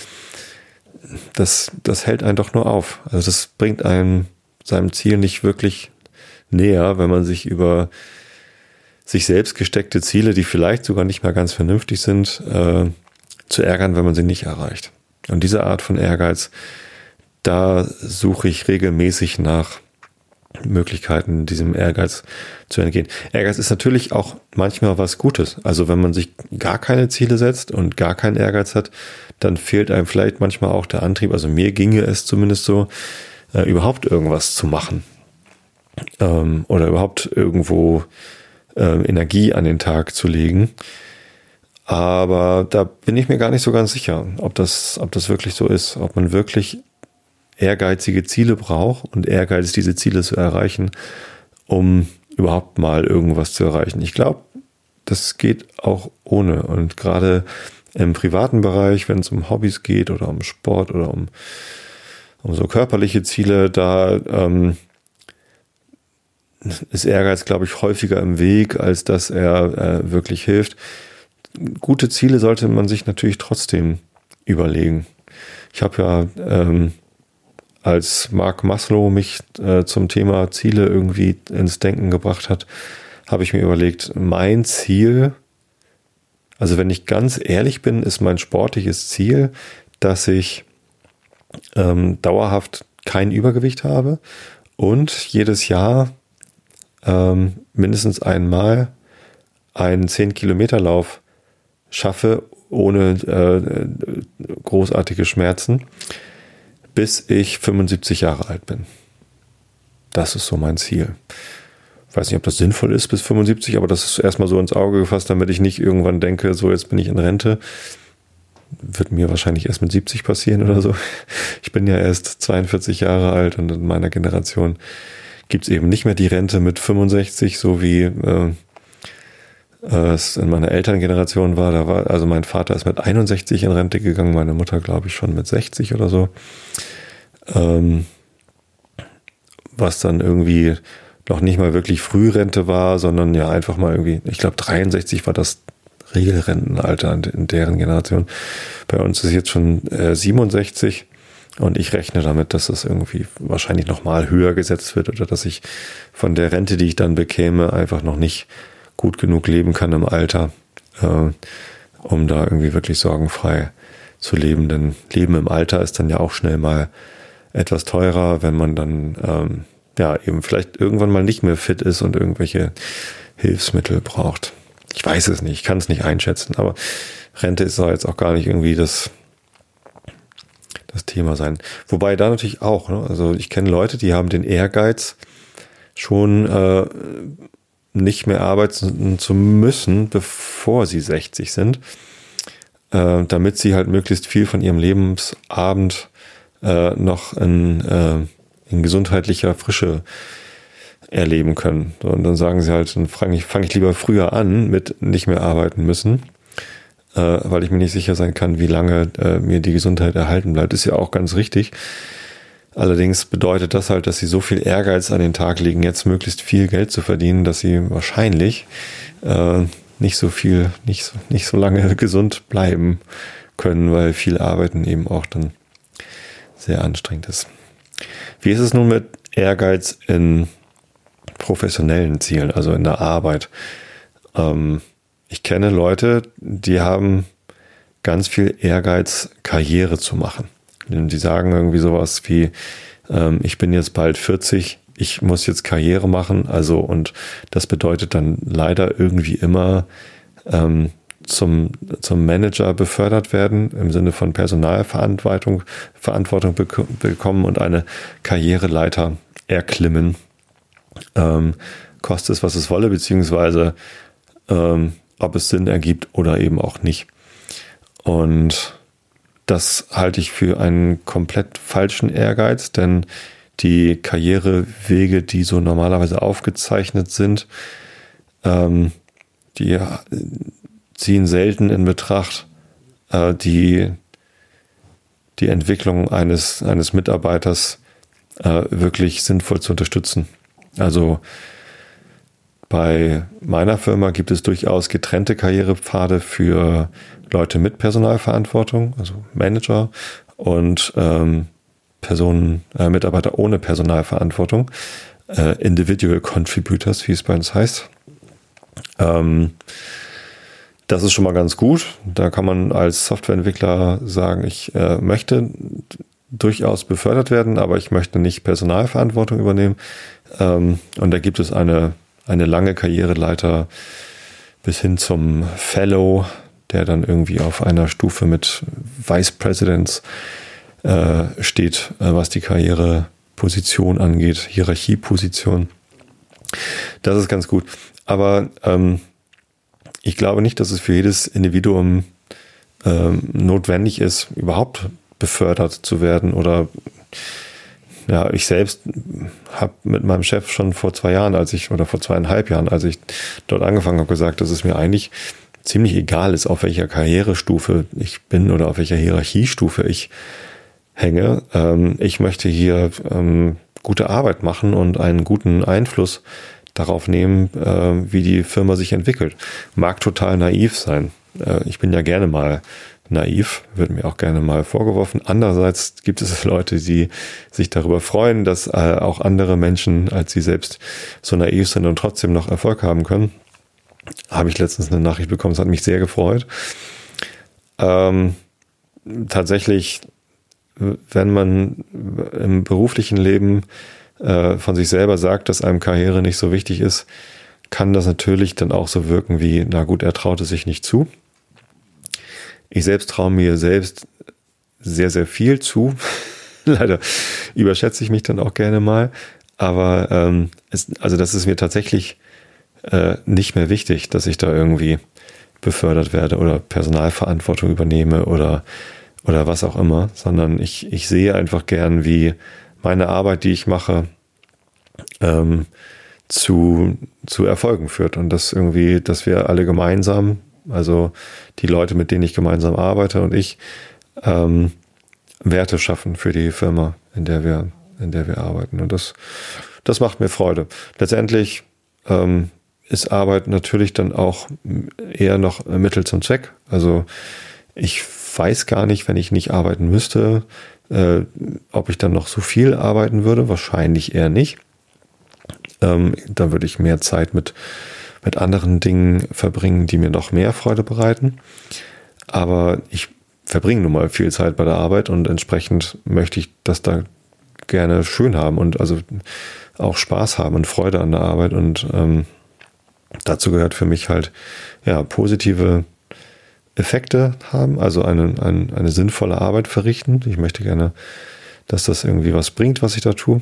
Das, das hält einen doch nur auf. Also das bringt einem seinem Ziel nicht wirklich näher, wenn man sich über sich selbst gesteckte Ziele, die vielleicht sogar nicht mehr ganz vernünftig sind, äh, zu ärgern, wenn man sie nicht erreicht. Und diese Art von Ehrgeiz, da suche ich regelmäßig nach Möglichkeiten, diesem Ehrgeiz zu entgehen. Ehrgeiz ist natürlich auch manchmal was Gutes. Also wenn man sich gar keine Ziele setzt und gar keinen Ehrgeiz hat, dann fehlt einem vielleicht manchmal auch der Antrieb. Also mir ginge es zumindest so, äh, überhaupt irgendwas zu machen. Ähm, oder überhaupt irgendwo äh, Energie an den Tag zu legen. Aber da bin ich mir gar nicht so ganz sicher, ob das, ob das wirklich so ist, ob man wirklich ehrgeizige Ziele braucht und Ehrgeiz, diese Ziele zu erreichen, um überhaupt mal irgendwas zu erreichen. Ich glaube, das geht auch ohne. Und gerade im privaten Bereich, wenn es um Hobbys geht oder um Sport oder um, um so körperliche Ziele, da ähm, ist Ehrgeiz, glaube ich, häufiger im Weg, als dass er äh, wirklich hilft. Gute Ziele sollte man sich natürlich trotzdem überlegen. Ich habe ja ähm, als Mark Maslow mich äh, zum Thema Ziele irgendwie ins Denken gebracht hat, habe ich mir überlegt, mein Ziel, also wenn ich ganz ehrlich bin, ist mein sportliches Ziel, dass ich ähm, dauerhaft kein Übergewicht habe und jedes Jahr ähm, mindestens einmal einen zehn-Kilometer-Lauf schaffe, ohne äh, großartige Schmerzen, bis ich fünfundsiebzig Jahre alt bin. Das ist so mein Ziel. Ich weiß nicht, ob das sinnvoll ist bis fünfundsiebzig, aber das ist erstmal so ins Auge gefasst, damit ich nicht irgendwann denke, so jetzt bin ich in Rente. Wird mir wahrscheinlich erst mit siebzig passieren oder so. Ich bin ja erst zweiundvierzig Jahre alt und in meiner Generation gibt es eben nicht mehr die Rente mit fünfundsechzig, so wie äh, es in meiner Elterngeneration war. Da war, also mein Vater ist mit einundsechzig in Rente gegangen, meine Mutter glaube ich schon mit sechzig oder so. Ähm, was dann irgendwie noch nicht mal wirklich Frührente war, sondern ja einfach mal irgendwie, ich glaube dreiundsechzig war das Regelrentenalter in deren Generation. Bei uns ist jetzt schon äh, siebenundsechzig und ich rechne damit, dass es irgendwie wahrscheinlich nochmal höher gesetzt wird oder dass ich von der Rente, die ich dann bekäme, einfach noch nicht gut genug leben kann im Alter, äh, um da irgendwie wirklich sorgenfrei zu leben. Denn Leben im Alter ist dann ja auch schnell mal etwas teurer, wenn man dann ähm, ja eben vielleicht irgendwann mal nicht mehr fit ist und irgendwelche Hilfsmittel braucht. Ich weiß es nicht, ich kann es nicht einschätzen, aber Rente ist doch jetzt auch gar nicht irgendwie das, das Thema sein. Wobei da natürlich auch, ne? Also ich kenne Leute, die haben den Ehrgeiz, schon äh, nicht mehr arbeiten zu müssen, bevor sie sechzig sind, äh, damit sie halt möglichst viel von ihrem Lebensabend äh, noch in, äh, in gesundheitlicher Frische erleben können. Und dann sagen sie halt, dann fange ich, fang ich lieber früher an mit nicht mehr arbeiten müssen, äh, weil ich mir nicht sicher sein kann, wie lange äh, mir die Gesundheit erhalten bleibt. Ist ja auch ganz richtig. Allerdings bedeutet das halt, dass sie so viel Ehrgeiz an den Tag legen, jetzt möglichst viel Geld zu verdienen, dass sie wahrscheinlich äh, nicht so viel, nicht so, nicht so lange gesund bleiben können, weil viel Arbeiten eben auch dann sehr anstrengend ist. Wie ist es nun mit Ehrgeiz in professionellen Zielen, also in der Arbeit? Ähm, ich kenne Leute, die haben ganz viel Ehrgeiz, Karriere zu machen. Die sagen irgendwie sowas wie, ähm, ich bin jetzt bald vierzig, ich muss jetzt Karriere machen, also und das bedeutet dann leider irgendwie immer ähm, zum, zum Manager befördert werden, im Sinne von Personalverantwortung Verantwortung bek- bekommen und eine Karriereleiter erklimmen, ähm, koste es, was es wolle, beziehungsweise ähm, ob es Sinn ergibt oder eben auch nicht. Und das halte ich für einen komplett falschen Ehrgeiz, denn die Karrierewege, die so normalerweise aufgezeichnet sind, ähm, die ziehen selten in Betracht, äh, die, die Entwicklung eines, eines Mitarbeiters äh, wirklich sinnvoll zu unterstützen. Also bei meiner Firma gibt es durchaus getrennte Karrierepfade für Leute mit Personalverantwortung, also Manager und ähm, Personen, äh, Mitarbeiter ohne Personalverantwortung, äh, Individual Contributors, wie es bei uns heißt. Ähm, das ist schon mal ganz gut. Da kann man als Softwareentwickler sagen, ich äh, möchte durchaus befördert werden, aber ich möchte nicht Personalverantwortung übernehmen. Ähm, und da gibt es eine, eine lange Karriereleiter bis hin zum Fellow, der dann irgendwie auf einer Stufe mit Vice Presidents äh, steht, äh, was die Karriereposition angeht, Hierarchieposition. Das ist ganz gut. Aber ähm, ich glaube nicht, dass es für jedes Individuum ähm, notwendig ist, überhaupt befördert zu werden. Oder ja, ich selbst habe mit meinem Chef schon vor zwei Jahren, als ich, oder vor zweieinhalb Jahren, als ich dort angefangen habe, gesagt, dass es mir eigentlich ziemlich egal ist, auf welcher Karrierestufe ich bin oder auf welcher Hierarchiestufe ich hänge. Ähm, ich möchte hier ähm, gute Arbeit machen und einen guten Einfluss darauf nehmen, äh, wie die Firma sich entwickelt. Mag total naiv sein. Äh, ich bin ja gerne mal naiv, wird mir auch gerne mal vorgeworfen. Andererseits gibt es Leute, die sich darüber freuen, dass äh, auch andere Menschen als sie selbst so naiv sind und trotzdem noch Erfolg haben können. Habe ich letztens eine Nachricht bekommen, es hat mich sehr gefreut. Ähm, tatsächlich, wenn man im beruflichen Leben äh, von sich selber sagt, dass einem Karriere nicht so wichtig ist, kann das natürlich dann auch so wirken wie, na gut, er traut es sich nicht zu. Ich selbst traue mir selbst sehr, sehr viel zu. Leider überschätze ich mich dann auch gerne mal. Aber ähm, es, also das ist mir tatsächlich äh, nicht mehr wichtig, dass ich da irgendwie befördert werde oder Personalverantwortung übernehme oder, oder was auch immer, sondern ich, ich sehe einfach gern, wie meine Arbeit, die ich mache, ähm, zu, zu Erfolgen führt. Und das irgendwie, dass wir alle gemeinsam, also die Leute, mit denen ich gemeinsam arbeite und ich, ähm, Werte schaffen für die Firma, in der wir, in der wir arbeiten. Und das, das macht mir Freude. Letztendlich ähm, ist Arbeit natürlich dann auch eher noch Mittel zum Zweck. Also ich weiß gar nicht, wenn ich nicht arbeiten müsste, äh, ob ich dann noch so viel arbeiten würde. Wahrscheinlich eher nicht. Ähm, dann würde ich mehr Zeit mit, mit anderen Dingen verbringen, die mir noch mehr Freude bereiten. Aber ich verbringe nun mal viel Zeit bei der Arbeit und entsprechend möchte ich das da gerne schön haben und also auch Spaß haben und Freude an der Arbeit. Und ähm, dazu gehört für mich halt ja positive Effekte haben, also eine, eine, eine sinnvolle Arbeit verrichten. Ich möchte gerne, dass das irgendwie was bringt, was ich da tue.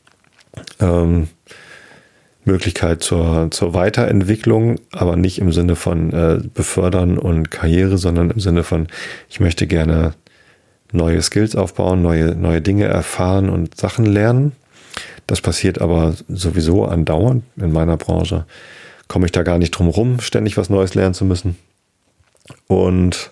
Ähm, Möglichkeit zur, zur Weiterentwicklung, aber nicht im Sinne von äh, Befördern und Karriere, sondern im Sinne von, ich möchte gerne neue Skills aufbauen, neue, neue Dinge erfahren und Sachen lernen. Das passiert aber sowieso andauernd in meiner Branche. Komme ich da gar nicht drum rum, ständig was Neues lernen zu müssen. Und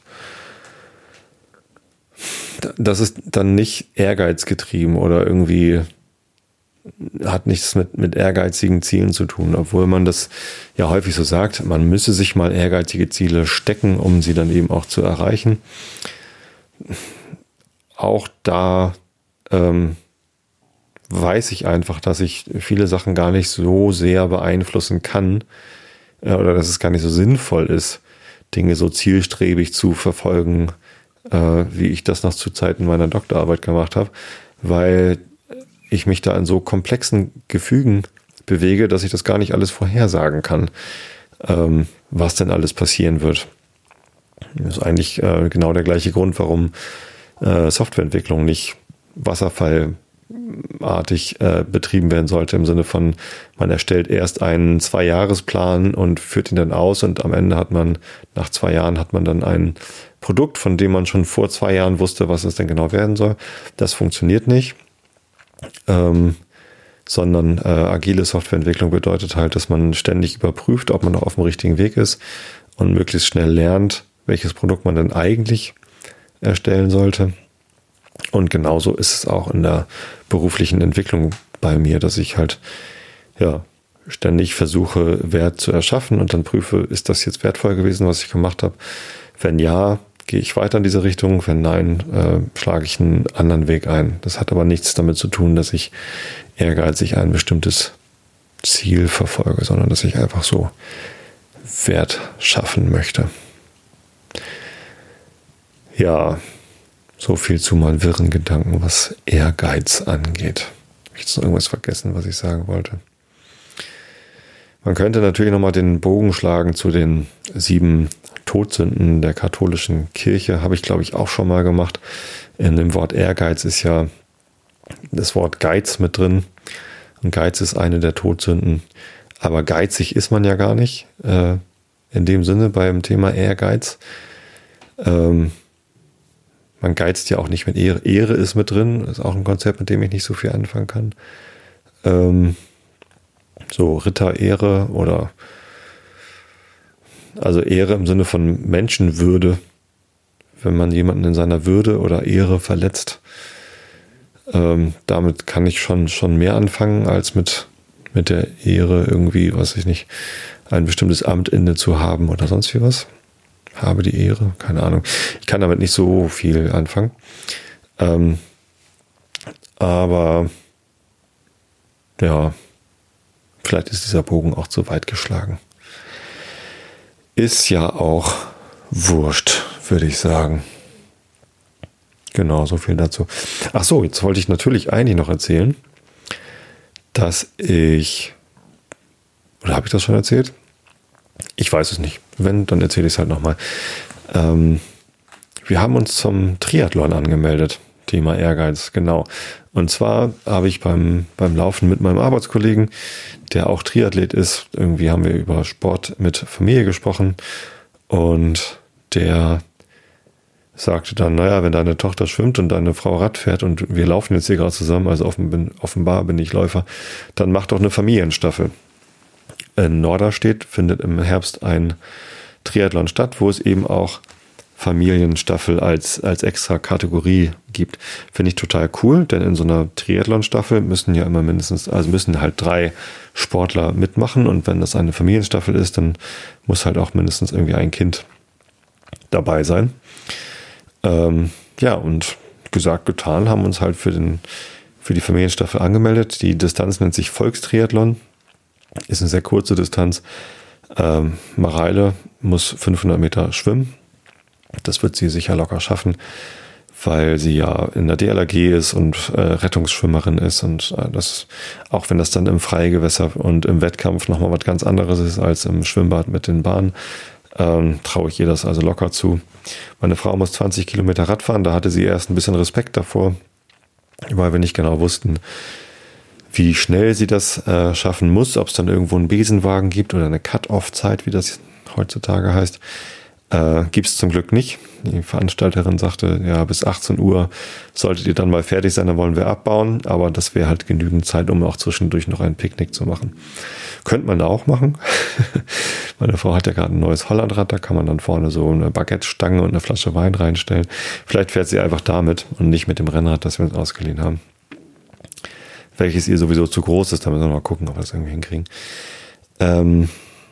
das ist dann nicht ehrgeizgetrieben oder irgendwie hat nichts mit, mit ehrgeizigen Zielen zu tun, obwohl man das ja häufig so sagt, man müsse sich mal ehrgeizige Ziele stecken, um sie dann eben auch zu erreichen. Auch da ähm, weiß ich einfach, dass ich viele Sachen gar nicht so sehr beeinflussen kann äh, oder dass es gar nicht so sinnvoll ist, Dinge so zielstrebig zu verfolgen, äh, wie ich das noch zu Zeiten meiner Doktorarbeit gemacht habe, weil ich mich da in so komplexen Gefügen bewege, dass ich das gar nicht alles vorhersagen kann, ähm, was denn alles passieren wird. Das ist eigentlich äh, genau der gleiche Grund, warum äh, Softwareentwicklung nicht wasserfallartig äh, betrieben werden sollte, im Sinne von, man erstellt erst einen Zwei-Jahres-Plan und führt ihn dann aus und am Ende hat man, nach zwei Jahren hat man dann ein Produkt, von dem man schon vor zwei Jahren wusste, was es denn genau werden soll. Das funktioniert nicht. Ähm, sondern äh, agile Softwareentwicklung bedeutet halt, dass man ständig überprüft, ob man noch auf dem richtigen Weg ist und möglichst schnell lernt, welches Produkt man denn eigentlich erstellen sollte. Und genauso ist es auch in der beruflichen Entwicklung bei mir, dass ich halt ja ständig versuche, Wert zu erschaffen und dann prüfe, ist das jetzt wertvoll gewesen, was ich gemacht habe? Wenn ja, gehe ich weiter in diese Richtung? Wenn nein, äh, schlage ich einen anderen Weg ein. Das hat aber nichts damit zu tun, dass ich ehrgeizig ein bestimmtes Ziel verfolge, sondern dass ich einfach so Wert schaffen möchte. Ja, so viel zu meinen wirren Gedanken, was Ehrgeiz angeht. Habe ich jetzt noch irgendwas vergessen, was ich sagen wollte? Man könnte natürlich nochmal den Bogen schlagen zu den sieben Todsünden der katholischen Kirche. Habe ich, glaube ich, auch schon mal gemacht. In dem Wort Ehrgeiz ist ja das Wort Geiz mit drin. Und Geiz ist eine der Todsünden. Aber geizig ist man ja gar nicht. Äh, in dem Sinne beim Thema Ehrgeiz. Ähm, man geizt ja auch nicht mit Ehre. Ehre ist mit drin. Das ist auch ein Konzept, mit dem ich nicht so viel anfangen kann. Ähm, so Ritterehre oder also Ehre im Sinne von Menschenwürde. Wenn man jemanden in seiner Würde oder Ehre verletzt, ähm, damit kann ich schon, schon mehr anfangen, als mit, mit der Ehre irgendwie, weiß ich nicht, ein bestimmtes Amt inne zu haben oder sonst wie was. Habe die Ehre, keine Ahnung. Ich kann damit nicht so viel anfangen. Ähm, aber ja, vielleicht ist dieser Bogen auch zu weit geschlagen. Ist ja auch wurscht, würde ich sagen. Genau, so viel dazu. Ach so, jetzt wollte ich natürlich eigentlich noch erzählen, dass ich, oder habe ich das schon erzählt? Ich weiß es nicht. Wenn, dann erzähle ich es halt nochmal. Ähm, wir haben uns zum Triathlon angemeldet. Thema Ehrgeiz, genau. Und zwar habe ich beim, beim Laufen mit meinem Arbeitskollegen, der auch Triathlet ist, irgendwie haben wir über Sport mit Familie gesprochen und der sagte dann, naja, wenn deine Tochter schwimmt und deine Frau Rad fährt und wir laufen jetzt hier gerade zusammen, also offenbar bin ich Läufer, dann mach doch eine Familienstaffel. In Norderstedt findet im Herbst ein Triathlon statt, wo es eben auch Familienstaffel als, als extra Kategorie gibt. Finde ich total cool, denn in so einer Triathlon-Staffel müssen ja immer mindestens, also müssen halt drei Sportler mitmachen und wenn das eine Familienstaffel ist, dann muss halt auch mindestens irgendwie ein Kind dabei sein. Ähm, ja, und gesagt, getan, haben uns halt für den, für die Familienstaffel angemeldet. Die Distanz nennt sich Volkstriathlon. Ist eine sehr kurze Distanz. Ähm, Mareile muss fünfhundert Meter schwimmen. Das wird sie sicher locker schaffen, weil sie ja in der D L R G ist und äh, Rettungsschwimmerin ist. Und äh, das, auch wenn das dann im Freigewässer und im Wettkampf nochmal was ganz anderes ist als im Schwimmbad mit den Bahnen, ähm, traue ich ihr das also locker zu. Meine Frau muss zwanzig Kilometer Rad fahren. Da hatte sie erst ein bisschen Respekt davor, weil wir nicht genau wussten, wie schnell sie das äh, schaffen muss, ob es dann irgendwo einen Besenwagen gibt oder eine Cut-Off-Zeit, wie das heutzutage heißt. Äh, gibt es zum Glück nicht. Die Veranstalterin sagte, ja, bis achtzehn Uhr solltet ihr dann mal fertig sein, dann wollen wir abbauen, aber das wäre halt genügend Zeit, um auch zwischendurch noch ein Picknick zu machen. Könnte man da auch machen. Meine Frau hat ja gerade ein neues Hollandrad, da kann man dann vorne so eine Baguette-Stange und eine Flasche Wein reinstellen. Vielleicht fährt sie einfach damit und nicht mit dem Rennrad, das wir uns ausgeliehen haben. Welches ihr sowieso zu groß ist, da müssen wir mal gucken, ob wir das irgendwie hinkriegen. Ähm,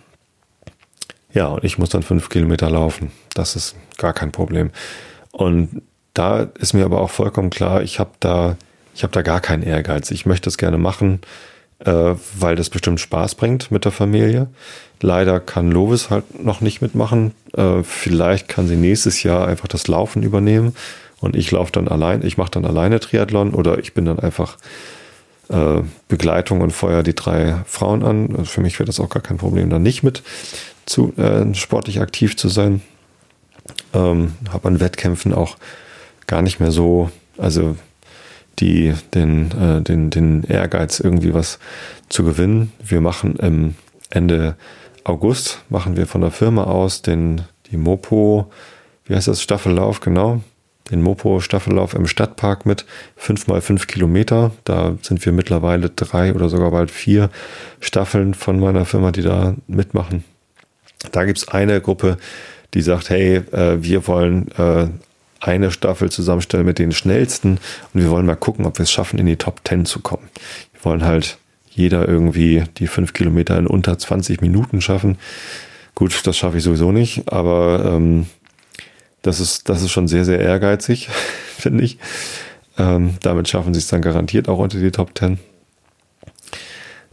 ja, und ich muss dann fünf Kilometer laufen. Das ist gar kein Problem. Und da ist mir aber auch vollkommen klar, ich habe da, ich habe da gar keinen Ehrgeiz. Ich möchte das gerne machen, äh, weil das bestimmt Spaß bringt mit der Familie. Leider kann Lovis halt noch nicht mitmachen. Äh, vielleicht kann sie nächstes Jahr einfach das Laufen übernehmen und ich laufe dann allein. Ich mache dann alleine Triathlon oder ich bin dann einfach Begleitung und feuer die drei Frauen an. Also für mich wäre das auch gar kein Problem, dann nicht mit zu äh, sportlich aktiv zu sein. Ähm, habe an Wettkämpfen auch gar nicht mehr so, also die den äh, den den Ehrgeiz irgendwie was zu gewinnen. Wir machen im Ende August machen wir von der Firma aus den die Mopo, wie heißt das, Staffellauf, genau. Den Mopo-Staffellauf im Stadtpark mit fünf mal fünf Kilometer. Da sind wir mittlerweile drei oder sogar bald vier Staffeln von meiner Firma, die da mitmachen. Da gibt es eine Gruppe, die sagt, hey, äh, wir wollen äh, eine Staffel zusammenstellen mit den schnellsten und wir wollen mal gucken, ob wir es schaffen, in die Top zehn zu kommen. Wir wollen halt jeder irgendwie die fünf Kilometer in unter zwanzig Minuten schaffen. Gut, das schaffe ich sowieso nicht, aber ähm, Das ist, das ist schon sehr, sehr ehrgeizig, finde ich. Ähm, damit schaffen sie es dann garantiert auch unter die Top zehn.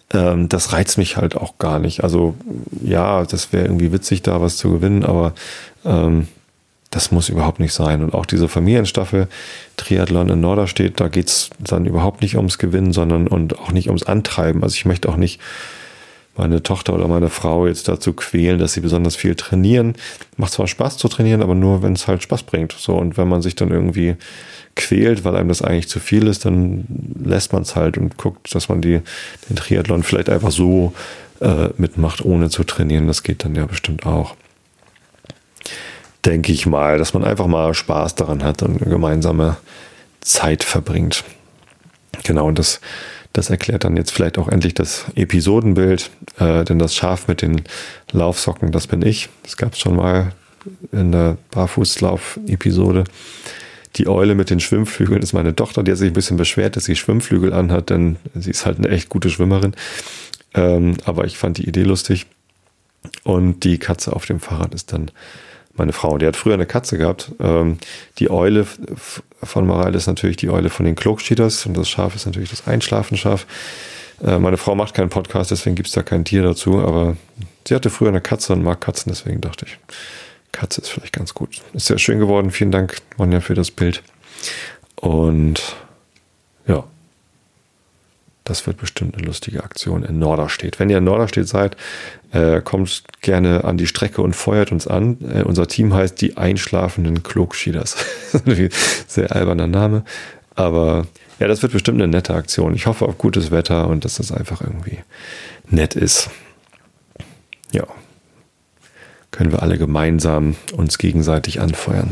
ähm, das reizt mich halt auch gar nicht. Also ja, das wäre irgendwie witzig, da was zu gewinnen, aber ähm, das muss überhaupt nicht sein. Und auch diese Familienstaffel Triathlon in Norderstedt, da geht's dann überhaupt nicht ums Gewinnen, sondern und auch nicht ums Antreiben. Also ich möchte auch nicht meine Tochter oder meine Frau jetzt dazu quälen, dass sie besonders viel trainieren. Macht zwar Spaß zu trainieren, aber nur, wenn es halt Spaß bringt. So, und wenn man sich dann irgendwie quält, weil einem das eigentlich zu viel ist, dann lässt man es halt und guckt, dass man die, den Triathlon vielleicht einfach so äh, mitmacht, ohne zu trainieren. Das geht dann ja bestimmt auch. Denke ich mal, dass man einfach mal Spaß daran hat und eine gemeinsame Zeit verbringt. Genau, und das, das erklärt dann jetzt vielleicht auch endlich das Episodenbild, äh, denn das Schaf mit den Laufsocken, das bin ich. Das gab es schon mal in der Barfußlauf-Episode. Die Eule mit den Schwimmflügeln ist meine Tochter, die hat sich ein bisschen beschwert, dass sie Schwimmflügel anhat, denn sie ist halt eine echt gute Schwimmerin. Ähm, aber ich fand die Idee lustig. Und die Katze auf dem Fahrrad ist dann meine Frau. Die hat früher eine Katze gehabt. Ähm, die Eule von Mareile ist natürlich die Eule von den Klogschieders und das Schaf ist natürlich das Einschlafenschaf. Äh, meine Frau macht keinen Podcast, deswegen gibt es da kein Tier dazu, aber sie hatte früher eine Katze und mag Katzen, deswegen dachte ich, Katze ist vielleicht ganz gut. Ist sehr schön geworden. Vielen Dank, Monja, für das Bild. Und ja, das wird bestimmt eine lustige Aktion in Norderstedt. Wenn ihr in Norderstedt seid, äh, kommt gerne an die Strecke und feuert uns an. Äh, unser Team heißt die einschlafenden Klogschieders. Sehr alberner Name. Aber ja, das wird bestimmt eine nette Aktion. Ich hoffe auf gutes Wetter und dass das einfach irgendwie nett ist. Ja. Können wir alle gemeinsam uns gegenseitig anfeuern.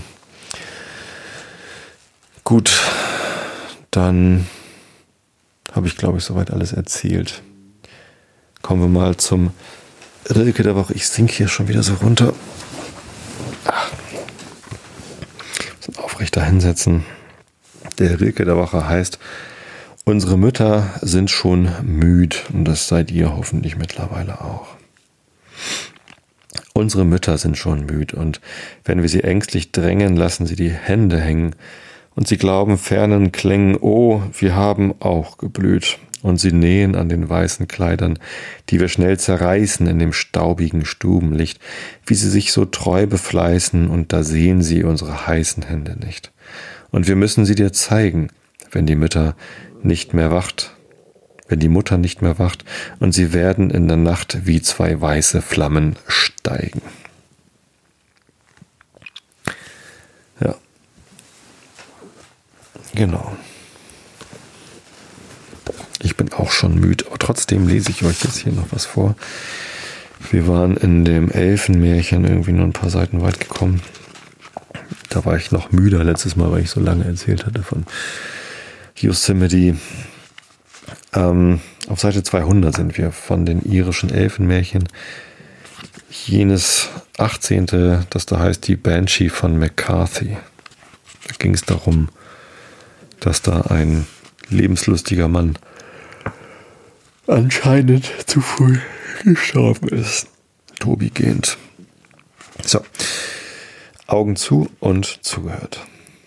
Gut, dann habe ich, glaube ich, soweit alles erzählt. Kommen wir mal zum Rilke der Woche. Ich sink hier schon wieder so runter. Ach. So aufrechter hinsetzen. Der Rilke der Woche heißt: Unsere Mütter sind schon müd. Und das seid ihr hoffentlich mittlerweile auch. Unsere Mütter sind schon müd. Und wenn wir sie ängstlich drängen, lassen sie die Hände hängen. Und sie glauben fernen Klängen, oh, wir haben auch geblüht. Und sie nähen an den weißen Kleidern, die wir schnell zerreißen in dem staubigen Stubenlicht, wie sie sich so treu befleißen, und da sehen sie unsere heißen Hände nicht. Und wir müssen sie dir zeigen, wenn die Mütter nicht mehr wacht, wenn die Mutter nicht mehr wacht, und sie werden in der Nacht wie zwei weiße Flammen steigen. Ja. Genau. Ich bin auch schon müde, aber trotzdem lese ich euch jetzt hier noch was vor. Wir waren in dem Elfenmärchen irgendwie nur ein paar Seiten weit gekommen. Da war ich noch müder letztes Mal, weil ich so lange erzählt hatte von Yosemite. Ähm, auf Seite zweihundert sind wir von den irischen Elfenmärchen. Jenes achtzehnte, das da heißt die Banshee von McCarthy. Da ging es darum, dass da ein lebenslustiger Mann anscheinend zu früh gestorben ist. Tobi gehend. So. Augen zu und zugehört.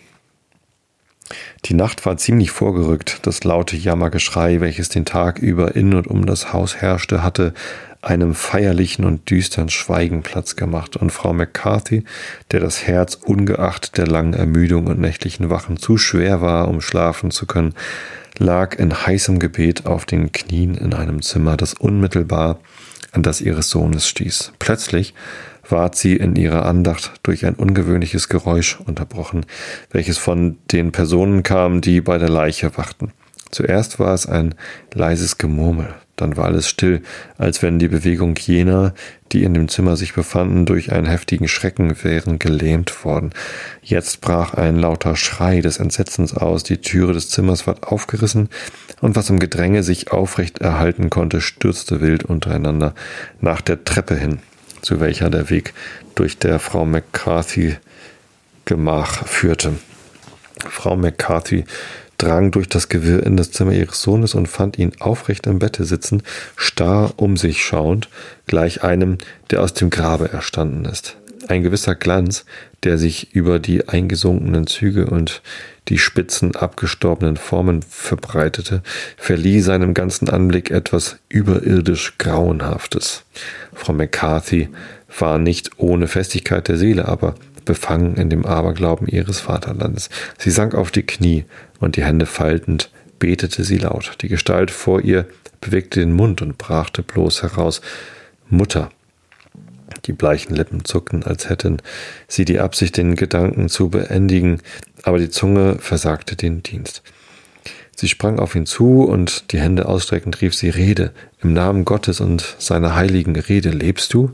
Die Nacht war ziemlich vorgerückt. Das laute Jammergeschrei, welches den Tag über in und um das Haus herrschte, hatte einem feierlichen und düstern Schweigen Platz gemacht, und Frau McCarthy, der das Herz ungeachtet der langen Ermüdung und nächtlichen Wachen zu schwer war, um schlafen zu können, lag in heißem Gebet auf den Knien in einem Zimmer, das unmittelbar an das ihres Sohnes stieß. Plötzlich ward sie in ihrer Andacht durch ein ungewöhnliches Geräusch unterbrochen, welches von den Personen kam, die bei der Leiche wachten. Zuerst war es ein leises Gemurmel, dann war alles still, als wenn die Bewegung jener, die in dem Zimmer sich befanden, durch einen heftigen Schrecken wären gelähmt worden. Jetzt brach ein lauter Schrei des Entsetzens aus, die Türe des Zimmers ward aufgerissen, und was im Gedränge sich aufrecht erhalten konnte, stürzte wild untereinander nach der Treppe hin, zu welcher der Weg durch der Frau McCarthy Gemach führte. Frau McCarthy drang durch das Gewirr in das Zimmer ihres Sohnes und fand ihn aufrecht im Bette sitzen, starr um sich schauend, gleich einem, der aus dem Grabe erstanden ist. Ein gewisser Glanz, der sich über die eingesunkenen Züge und die spitzen, abgestorbenen Formen verbreitete, verlieh seinem ganzen Anblick etwas überirdisch Grauenhaftes. Frau McCarthy war nicht ohne Festigkeit der Seele, aber befangen in dem Aberglauben ihres Vaterlandes. Sie sank auf die Knie und die Hände faltend betete sie laut. Die Gestalt vor ihr bewegte den Mund und brachte bloß heraus: Mutter. Die bleichen Lippen zuckten, als hätten sie die Absicht, den Gedanken zu beendigen, aber die Zunge versagte den Dienst. Sie sprang auf ihn zu und die Hände ausstreckend rief sie: Rede, im Namen Gottes und seiner heiligen Rede, lebst du?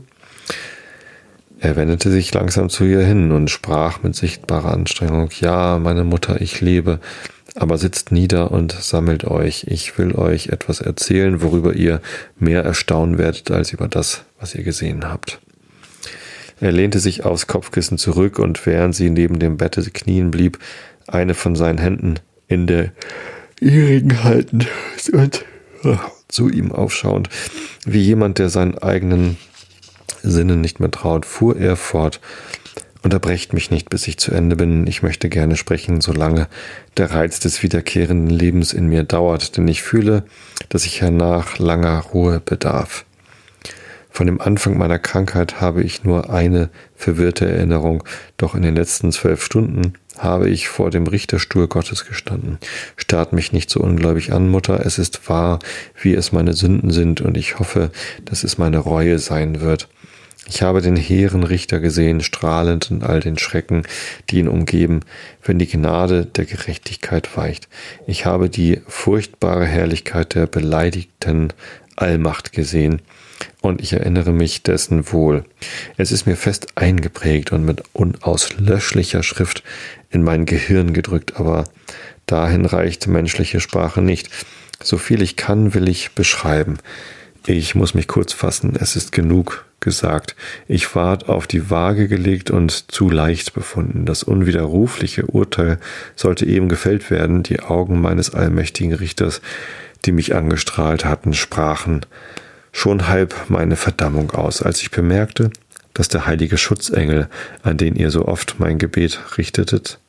Er wendete sich langsam zu ihr hin und sprach mit sichtbarer Anstrengung: Ja, meine Mutter, ich lebe, aber sitzt nieder und sammelt euch. Ich will euch etwas erzählen, worüber ihr mehr erstaunen werdet als über das, was ihr gesehen habt. Er lehnte sich aufs Kopfkissen zurück und während sie neben dem Bette knien blieb, eine von seinen Händen in der ihrigen haltend und zu ihm aufschauend, wie jemand, der seinen eigenen Sinnen nicht mehr traut, fuhr er fort: Unterbrecht mich nicht, bis ich zu Ende bin. Ich möchte gerne sprechen, solange der Reiz des wiederkehrenden Lebens in mir dauert, denn ich fühle, dass ich hernach langer Ruhe bedarf. Von dem Anfang meiner Krankheit habe ich nur eine verwirrte Erinnerung, doch in den letzten zwölf Stunden habe ich vor dem Richterstuhl Gottes gestanden. Starrt mich nicht so ungläubig an, Mutter, es ist wahr, wie es meine Sünden sind, und ich hoffe, dass es meine Reue sein wird. Ich habe den hehren Richter gesehen, strahlend in all den Schrecken, die ihn umgeben, wenn die Gnade der Gerechtigkeit weicht. Ich habe die furchtbare Herrlichkeit der beleidigten Allmacht gesehen, und ich erinnere mich dessen wohl. Es ist mir fest eingeprägt und mit unauslöschlicher Schrift in mein Gehirn gedrückt, aber dahin reicht menschliche Sprache nicht. So viel ich kann, will ich beschreiben. Ich muss mich kurz fassen, es ist genug gesagt. Ich ward auf die Waage gelegt und zu leicht befunden. Das unwiderrufliche Urteil sollte eben gefällt werden. Die Augen meines allmächtigen Richters, die mich angestrahlt hatten, sprachen schon halb meine Verdammung aus, als ich bemerkte, dass der heilige Schutzengel, an den ihr so oft mein Gebet richtetet,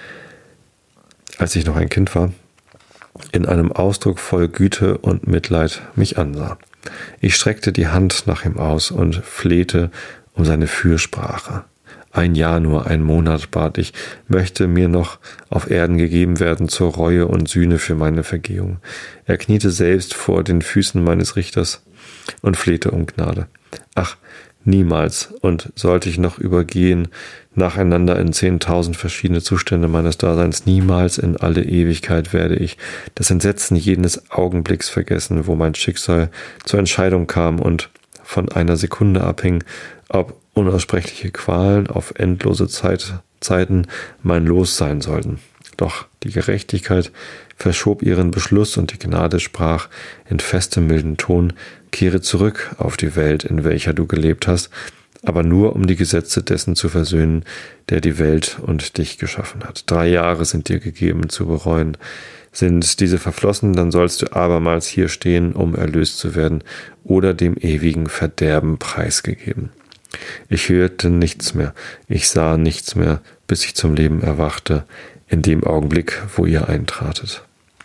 als ich noch ein Kind war, in einem Ausdruck voll Güte und Mitleid mich ansah. Ich streckte die Hand nach ihm aus und flehte um seine Fürsprache. Ein Jahr nur, ein Monat, bat ich, möchte mir noch auf Erden gegeben werden zur Reue und Sühne für meine Vergehung. Er kniete selbst vor den Füßen meines Richters und flehte um Gnade. Ach, niemals, und sollte ich noch übergehen, nacheinander in zehntausend verschiedene Zustände meines Daseins, niemals in alle Ewigkeit werde ich das Entsetzen jenes Augenblicks vergessen, wo mein Schicksal zur Entscheidung kam und von einer Sekunde abhing, ob unaussprechliche Qualen auf endlose Zeit, Zeiten mein Los sein sollten. Doch die Gerechtigkeit verschob ihren Beschluss und die Gnade sprach in festem, milden Ton: Kehre zurück auf die Welt, in welcher du gelebt hast, aber nur um die Gesetze dessen zu versöhnen, der die Welt und dich geschaffen hat. Drei Jahre sind dir gegeben zu bereuen. Sind diese verflossen, dann sollst du abermals hier stehen, um erlöst zu werden oder dem ewigen Verderben preisgegeben. Ich hörte nichts mehr, ich sah nichts mehr, bis ich zum Leben erwachte, in dem Augenblick, wo ihr eintratet.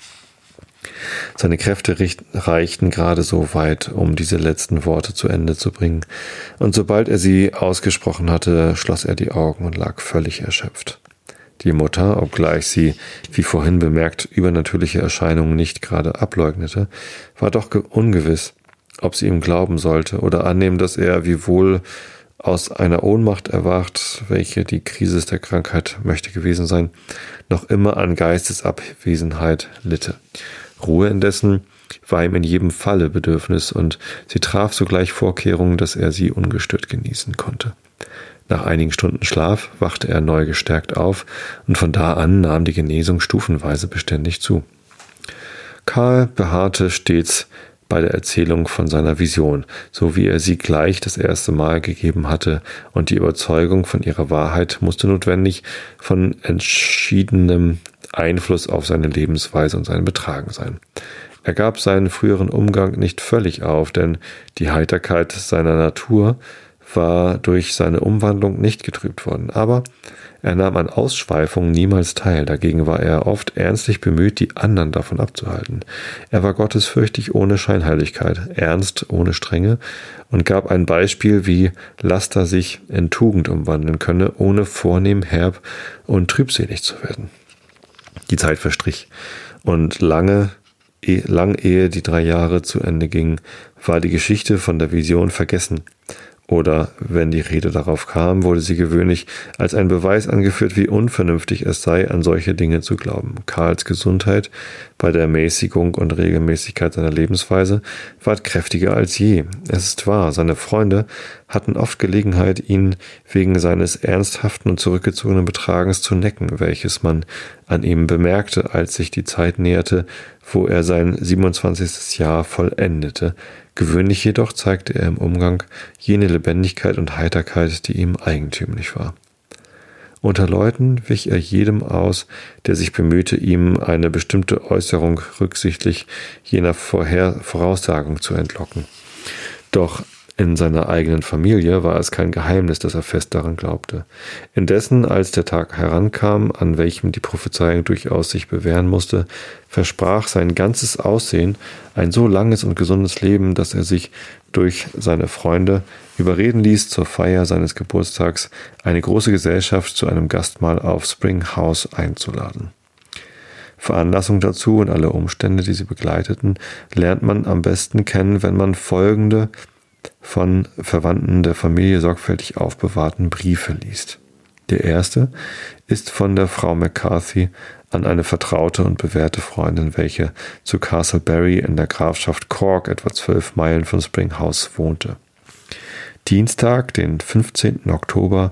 Seine Kräfte reichten gerade so weit, um diese letzten Worte zu Ende zu bringen, und sobald er sie ausgesprochen hatte, schloss er die Augen und lag völlig erschöpft. Die Mutter, obgleich sie, wie vorhin bemerkt, übernatürliche Erscheinungen nicht gerade ableugnete, war doch ungewiss, ob sie ihm glauben sollte oder annehmen, dass er wiewohl aus einer Ohnmacht erwacht, welche die Krise der Krankheit möchte gewesen sein, noch immer an Geistesabwesenheit litte. Ruhe indessen war ihm in jedem Falle Bedürfnis, und sie traf sogleich Vorkehrungen, dass er sie ungestört genießen konnte. Nach einigen Stunden Schlaf wachte er neu gestärkt auf, und von da an nahm die Genesung stufenweise beständig zu. Karl beharrte stets bei der Erzählung von seiner Vision, so wie er sie gleich das erste Mal gegeben hatte, und die Überzeugung von ihrer Wahrheit musste notwendig von entschiedenem Einfluss auf seine Lebensweise und sein Betragen sein. Er gab seinen früheren Umgang nicht völlig auf, denn die Heiterkeit seiner Natur war durch seine Umwandlung nicht getrübt worden, aber er nahm an Ausschweifungen niemals teil. Dagegen war er oft ernstlich bemüht, die anderen davon abzuhalten. Er war gottesfürchtig ohne Scheinheiligkeit, ernst ohne Strenge und gab ein Beispiel, wie Laster sich in Tugend umwandeln könne, ohne vornehm, herb und trübselig zu werden. Die Zeit verstrich und lange, lang ehe die drei Jahre zu Ende gingen, war die Geschichte von der Vision vergessen. Oder wenn die Rede darauf kam, wurde sie gewöhnlich als ein Beweis angeführt, wie unvernünftig es sei, an solche Dinge zu glauben. Karls Gesundheit bei der Mäßigung und Regelmäßigkeit seiner Lebensweise ward kräftiger als je. Es ist wahr, seine Freunde hatten oft Gelegenheit, ihn wegen seines ernsthaften und zurückgezogenen Betragens zu necken, welches man an ihm bemerkte, als sich die Zeit näherte, wo er sein siebenundzwanzigstes Jahr vollendete. Gewöhnlich jedoch zeigte er im Umgang jene Lebendigkeit und Heiterkeit, die ihm eigentümlich war. Unter Leuten wich er jedem aus, der sich bemühte, ihm eine bestimmte Äußerung rücksichtlich jener Vorher- Voraussagung zu entlocken. Doch in seiner eigenen Familie war es kein Geheimnis, dass er fest daran glaubte. Indessen, als der Tag herankam, an welchem die Prophezeiung durchaus sich bewähren musste, versprach sein ganzes Aussehen ein so langes und gesundes Leben, dass er sich durch seine Freunde überreden ließ, zur Feier seines Geburtstags eine große Gesellschaft zu einem Gastmahl auf Spring House einzuladen. Veranlassung dazu und alle Umstände, die sie begleiteten, lernt man am besten kennen, wenn man folgende von Verwandten der Familie sorgfältig aufbewahrten Briefe liest. Der erste ist von der Frau McCarthy an eine vertraute und bewährte Freundin, welche zu Castleberry in der Grafschaft Cork etwa zwölf Meilen von Spring House wohnte. Dienstag, den fünfzehnten Oktober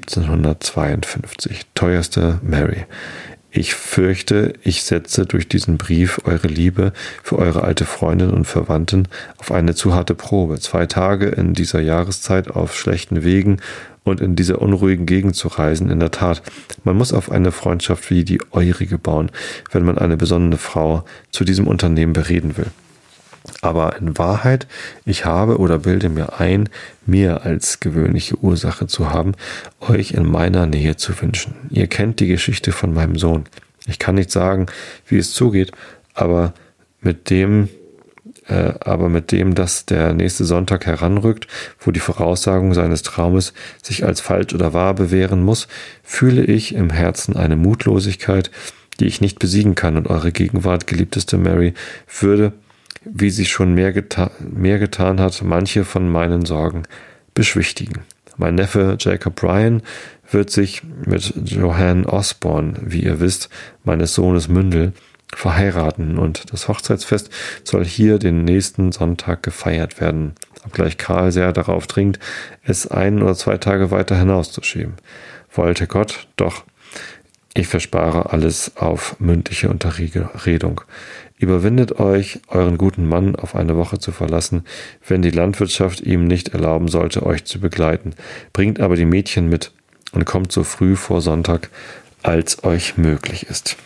siebzehnhundertzweiundfünfzig. Teuerste Mary. Ich fürchte, ich setze durch diesen Brief eure Liebe für eure alte Freundin und Verwandten auf eine zu harte Probe. Zwei Tage in dieser Jahreszeit auf schlechten Wegen und in dieser unruhigen Gegend zu reisen, in der Tat, man muss auf eine Freundschaft wie die eurige bauen, wenn man eine besonnene Frau zu diesem Unternehmen bereden will. Aber in Wahrheit, ich habe oder bilde mir ein, mehr als gewöhnliche Ursache zu haben, euch in meiner Nähe zu wünschen. Ihr kennt die Geschichte von meinem Sohn. Ich kann nicht sagen, wie es zugeht, aber mit dem, äh, aber mit dem, dass der nächste Sonntag heranrückt, wo die Voraussagung seines Traumes sich als falsch oder wahr bewähren muss, fühle ich im Herzen eine Mutlosigkeit, die ich nicht besiegen kann, und eure Gegenwart, geliebteste Mary, würde, wie sie schon mehr, geta- mehr getan hat, manche von meinen Sorgen beschwichtigen. Mein Neffe Jacob Bryan wird sich mit Johanne Osborne, wie ihr wisst, meines Sohnes Mündel, verheiraten, und das Hochzeitsfest soll hier den nächsten Sonntag gefeiert werden, obgleich Karl sehr darauf dringt, es ein oder zwei Tage weiter hinauszuschieben. Wollte Gott, doch ich verspare alles auf mündliche Unterredung. Überwindet euch, euren guten Mann auf eine Woche zu verlassen, wenn die Landwirtschaft ihm nicht erlauben sollte, euch zu begleiten. Bringt aber die Mädchen mit und kommt so früh vor Sonntag, als euch möglich ist.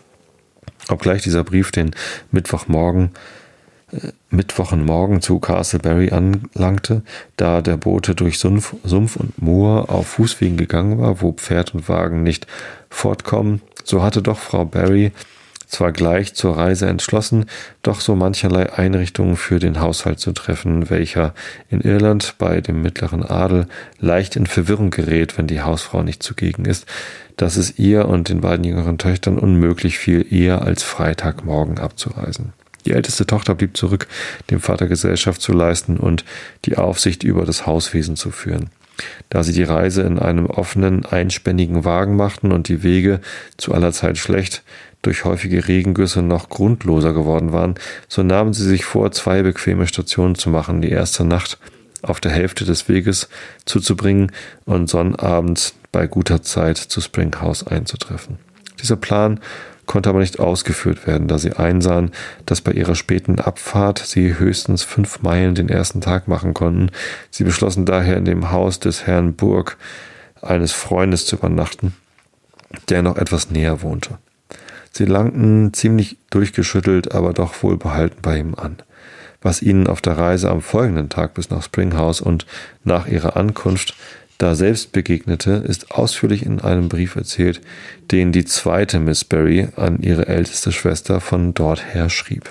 Obgleich dieser Brief den Mittwochmorgen, äh, Mittwochenmorgen zu Castleberry anlangte, da der Bote durch Sumpf, Sumpf und Moor auf Fußwegen gegangen war, wo Pferd und Wagen nicht fortkommen, so hatte doch Frau Barry zwar gleich zur Reise entschlossen, doch so mancherlei Einrichtungen für den Haushalt zu treffen, welcher in Irland bei dem mittleren Adel leicht in Verwirrung gerät, wenn die Hausfrau nicht zugegen ist, dass es ihr und den beiden jüngeren Töchtern unmöglich fiel, eher als Freitagmorgen abzureisen. Die älteste Tochter blieb zurück, dem Vater Gesellschaft zu leisten und die Aufsicht über das Hauswesen zu führen. Da sie die Reise in einem offenen, einspännigen Wagen machten und die Wege zu aller Zeit schlecht, durch häufige Regengüsse noch grundloser geworden waren, so nahmen sie sich vor, zwei bequeme Stationen zu machen, die erste Nacht auf der Hälfte des Weges zuzubringen und Sonnabends bei guter Zeit zu Spring House einzutreffen. Dieser Plan konnte aber nicht ausgeführt werden, da sie einsahen, dass bei ihrer späten Abfahrt sie höchstens fünf Meilen den ersten Tag machen konnten. Sie beschlossen daher, in dem Haus des Herrn Burke, eines Freundes, zu übernachten, der noch etwas näher wohnte. Sie langten ziemlich durchgeschüttelt, aber doch wohlbehalten bei ihm an. Was ihnen auf der Reise am folgenden Tag bis nach Springhouse und nach ihrer Ankunft da selbst begegnete, ist ausführlich in einem Brief erzählt, den die zweite Miss Berry an ihre älteste Schwester von dort her schrieb.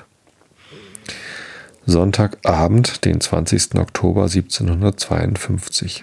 Sonntagabend, den zwanzigsten Oktober siebzehnhundertzweiundfünfzig.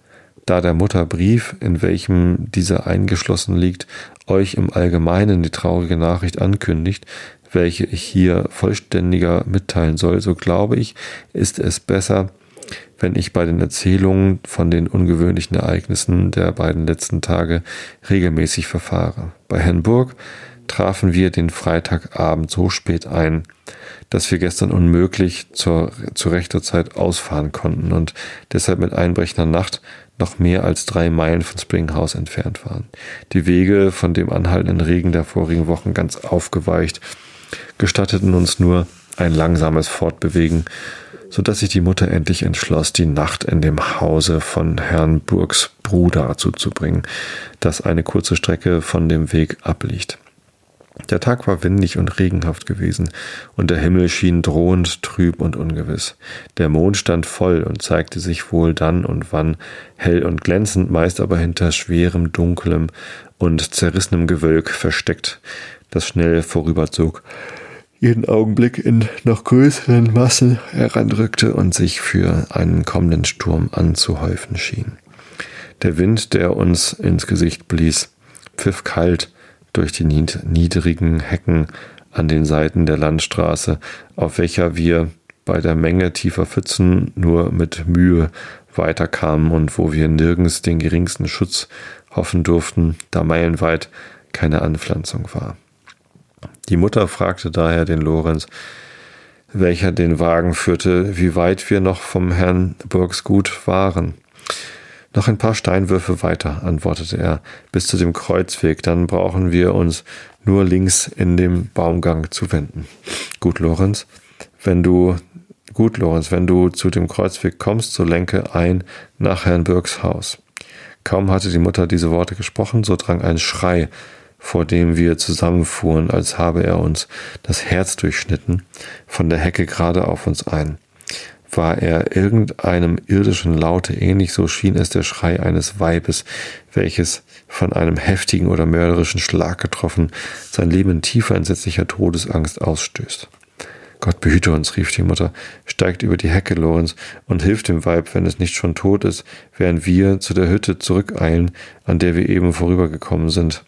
Da der Mutter Brief, in welchem dieser eingeschlossen liegt, euch im Allgemeinen die traurige Nachricht ankündigt, welche ich hier vollständiger mitteilen soll, so glaube ich, ist es besser, wenn ich bei den Erzählungen von den ungewöhnlichen Ereignissen der beiden letzten Tage regelmäßig verfahre. Bei Herrn Burke trafen wir den Freitagabend so spät ein, dass wir gestern unmöglich zur, zu rechter Zeit ausfahren konnten und deshalb mit einbrechender Nacht noch mehr als drei Meilen von Springhouse entfernt waren. Die Wege von dem anhaltenden Regen der vorigen Wochen ganz aufgeweicht, gestatteten uns nur ein langsames Fortbewegen, so dass sich die Mutter endlich entschloss, die Nacht in dem Hause von Herrn Burkes Bruder zuzubringen, das eine kurze Strecke von dem Weg abliegt. Der Tag war windig und regenhaft gewesen, und der Himmel schien drohend, trüb und ungewiss. Der Mond stand voll und zeigte sich wohl dann und wann hell und glänzend, meist aber hinter schwerem, dunklem und zerrissenem Gewölk versteckt, das schnell vorüberzog, jeden Augenblick in noch größeren Massen herandrückte und sich für einen kommenden Sturm anzuhäufen schien. Der Wind, der uns ins Gesicht blies, pfiff kalt durch die niedrigen Hecken an den Seiten der Landstraße, auf welcher wir bei der Menge tiefer Pfützen nur mit Mühe weiterkamen und wo wir nirgends den geringsten Schutz hoffen durften, da meilenweit keine Anpflanzung war. Die Mutter fragte daher den Lorenz, welcher den Wagen führte, wie weit wir noch vom Herrn Burkes Gut waren. Noch ein paar Steinwürfe weiter, antwortete er, bis zu dem Kreuzweg, dann brauchen wir uns nur links in dem Baumgang zu wenden. Gut, Lorenz, wenn du, gut, Lorenz, wenn du zu dem Kreuzweg kommst, so lenke ein nach Herrn Burkes Haus. Kaum hatte die Mutter diese Worte gesprochen, so drang ein Schrei, vor dem wir zusammenfuhren, als habe er uns das Herz durchschnitten, von der Hecke gerade auf uns ein. War er irgendeinem irdischen Laute ähnlich, so schien es der Schrei eines Weibes, welches von einem heftigen oder mörderischen Schlag getroffen sein Leben in tiefer, entsetzlicher Todesangst ausstößt. Gott behüte uns, rief die Mutter, steigt über die Hecke, Lorenz, und hilft dem Weib, wenn es nicht schon tot ist, während wir zu der Hütte zurückeilen, an der wir eben vorübergekommen sind,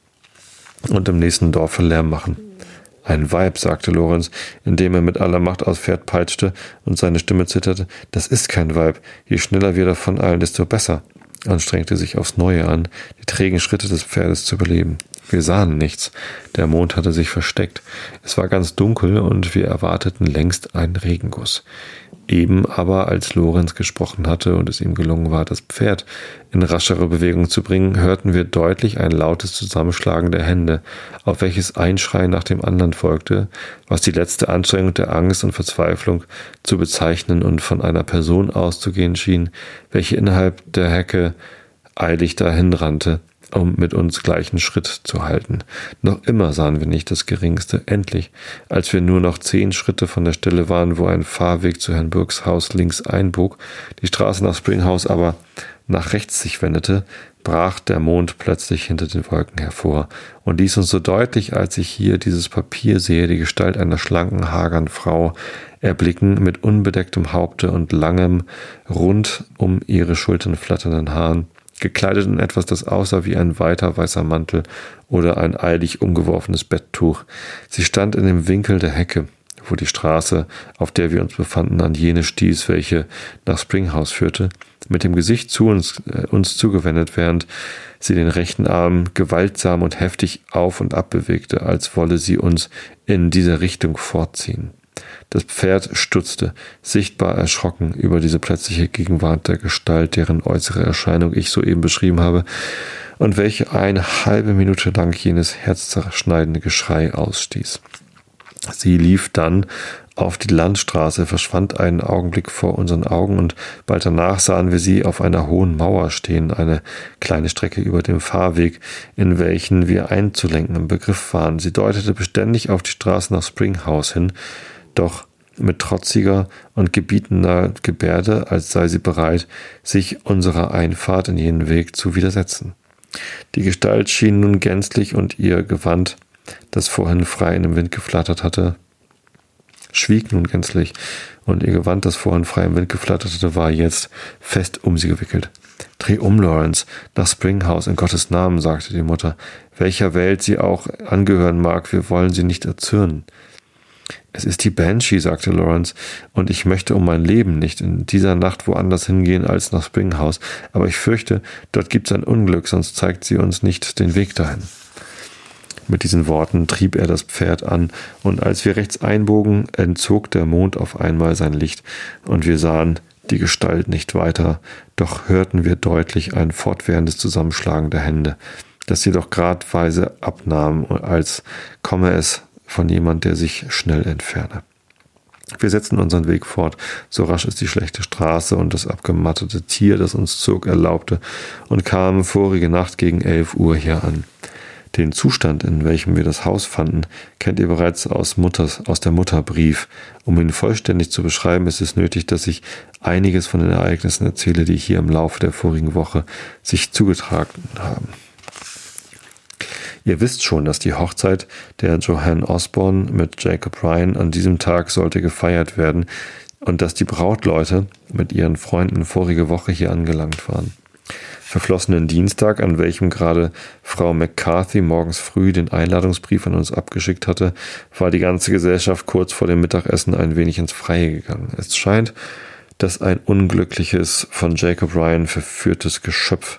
und im nächsten Dorfe Lärm machen. Ein Weib, sagte Lorenz, indem er mit aller Macht aufs Pferd peitschte und seine Stimme zitterte. Das ist kein Weib. Je schneller wir davon eilen, desto besser. Und strengte sich aufs Neue an, die trägen Schritte des Pferdes zu beleben. Wir sahen nichts. Der Mond hatte sich versteckt. Es war ganz dunkel und wir erwarteten längst einen Regenguss. Eben aber, als Lorenz gesprochen hatte und es ihm gelungen war, das Pferd in raschere Bewegung zu bringen, hörten wir deutlich ein lautes Zusammenschlagen der Hände, auf welches ein Schrei nach dem anderen folgte, was die letzte Anstrengung der Angst und Verzweiflung zu bezeichnen und von einer Person auszugehen schien, welche innerhalb der Hecke eilig dahin rannte, um mit uns gleichen Schritt zu halten. Noch immer sahen wir nicht das Geringste. Endlich, als wir nur noch zehn Schritte von der Stelle waren, wo ein Fahrweg zu Herrn Burkes Haus links einbog, die Straße nach Springhouse aber nach rechts sich wendete, brach der Mond plötzlich hinter den Wolken hervor und ließ uns so deutlich, als ich hier dieses Papier sehe, die Gestalt einer schlanken, hagern Frau erblicken, mit unbedecktem Haupte und langem, rund um ihre Schultern flatternden Haaren, gekleidet in etwas, das aussah wie ein weiter weißer Mantel oder ein eilig umgeworfenes Betttuch. Sie stand in dem Winkel der Hecke, wo die Straße, auf der wir uns befanden, an jene stieß, welche nach Springhouse führte, mit dem Gesicht zu uns, äh, uns zugewendet, während sie den rechten Arm gewaltsam und heftig auf und ab bewegte, als wolle sie uns in dieser Richtung fortziehen. Das Pferd stutzte, sichtbar erschrocken über diese plötzliche Gegenwart der Gestalt, deren äußere Erscheinung ich soeben beschrieben habe und welche eine halbe Minute lang jenes herzzerschneidende Geschrei ausstieß. Sie lief dann auf die Landstraße, verschwand einen Augenblick vor unseren Augen und bald danach sahen wir sie auf einer hohen Mauer stehen, eine kleine Strecke über dem Fahrweg, in welchen wir einzulenken im Begriff waren. Sie deutete beständig auf die Straße nach Springhouse hin, doch mit trotziger und gebietender Gebärde, als sei sie bereit, sich unserer Einfahrt in jenen Weg zu widersetzen. Die Gestalt schien nun gänzlich und ihr Gewand, das vorhin frei in dem Wind geflattert hatte, schwieg nun gänzlich und ihr Gewand, das vorhin frei im Wind geflattert hatte, war jetzt fest um sie gewickelt. »Dreh um, Lawrence, nach Springhouse, in Gottes Namen«, sagte die Mutter. »Welcher Welt sie auch angehören mag, wir wollen sie nicht erzürnen.« »Es ist die Banshee«, sagte Lawrence, »und ich möchte um mein Leben nicht in dieser Nacht woanders hingehen als nach Springhouse, aber ich fürchte, dort gibt's ein Unglück, sonst zeigt sie uns nicht den Weg dahin.« Mit diesen Worten trieb er das Pferd an, und als wir rechts einbogen, entzog der Mond auf einmal sein Licht, und wir sahen die Gestalt nicht weiter, doch hörten wir deutlich ein fortwährendes Zusammenschlagen der Hände, das jedoch gradweise abnahm, als komme es von jemand, der sich schnell entferne. Wir setzten unseren Weg fort, so rasch es die schlechte Straße und das abgemattete Tier, das uns zog, erlaubte, und kamen vorige Nacht gegen elf Uhr hier an. Den Zustand, in welchem wir das Haus fanden, kennt ihr bereits aus, Mutters, aus der Mutterbrief. Um ihn vollständig zu beschreiben, ist es nötig, dass ich einiges von den Ereignissen erzähle, die hier im Laufe der vorigen Woche sich zugetragen haben. Ihr wisst schon, dass die Hochzeit der Johanne Osborne mit Jacob Ryan an diesem Tag sollte gefeiert werden und dass die Brautleute mit ihren Freunden vorige Woche hier angelangt waren. Verflossenen Dienstag, an welchem gerade Frau McCarthy morgens früh den Einladungsbrief an uns abgeschickt hatte, war die ganze Gesellschaft kurz vor dem Mittagessen ein wenig ins Freie gegangen. Es scheint, dass ein unglückliches, von Jacob Ryan verführtes Geschöpf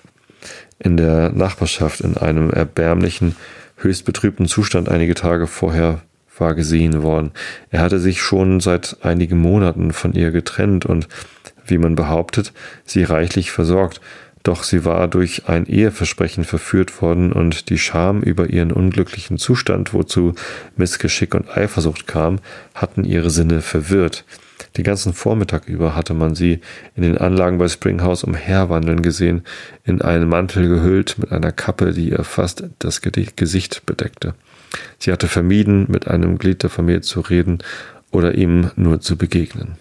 in der Nachbarschaft in einem erbärmlichen, höchst betrübten Zustand einige Tage vorher war gesehen worden. Er hatte sich schon seit einigen Monaten von ihr getrennt und, wie man behauptet, sie reichlich versorgt. Doch sie war durch ein Eheversprechen verführt worden und die Scham über ihren unglücklichen Zustand, wozu Missgeschick und Eifersucht kam, hatten ihre Sinne verwirrt. Den ganzen Vormittag über hatte man sie in den Anlagen bei Springhouse umherwandeln gesehen, in einen Mantel gehüllt mit einer Kappe, die ihr fast das Gesicht bedeckte. Sie hatte vermieden, mit einem Glied der Familie zu reden oder ihm nur zu begegnen.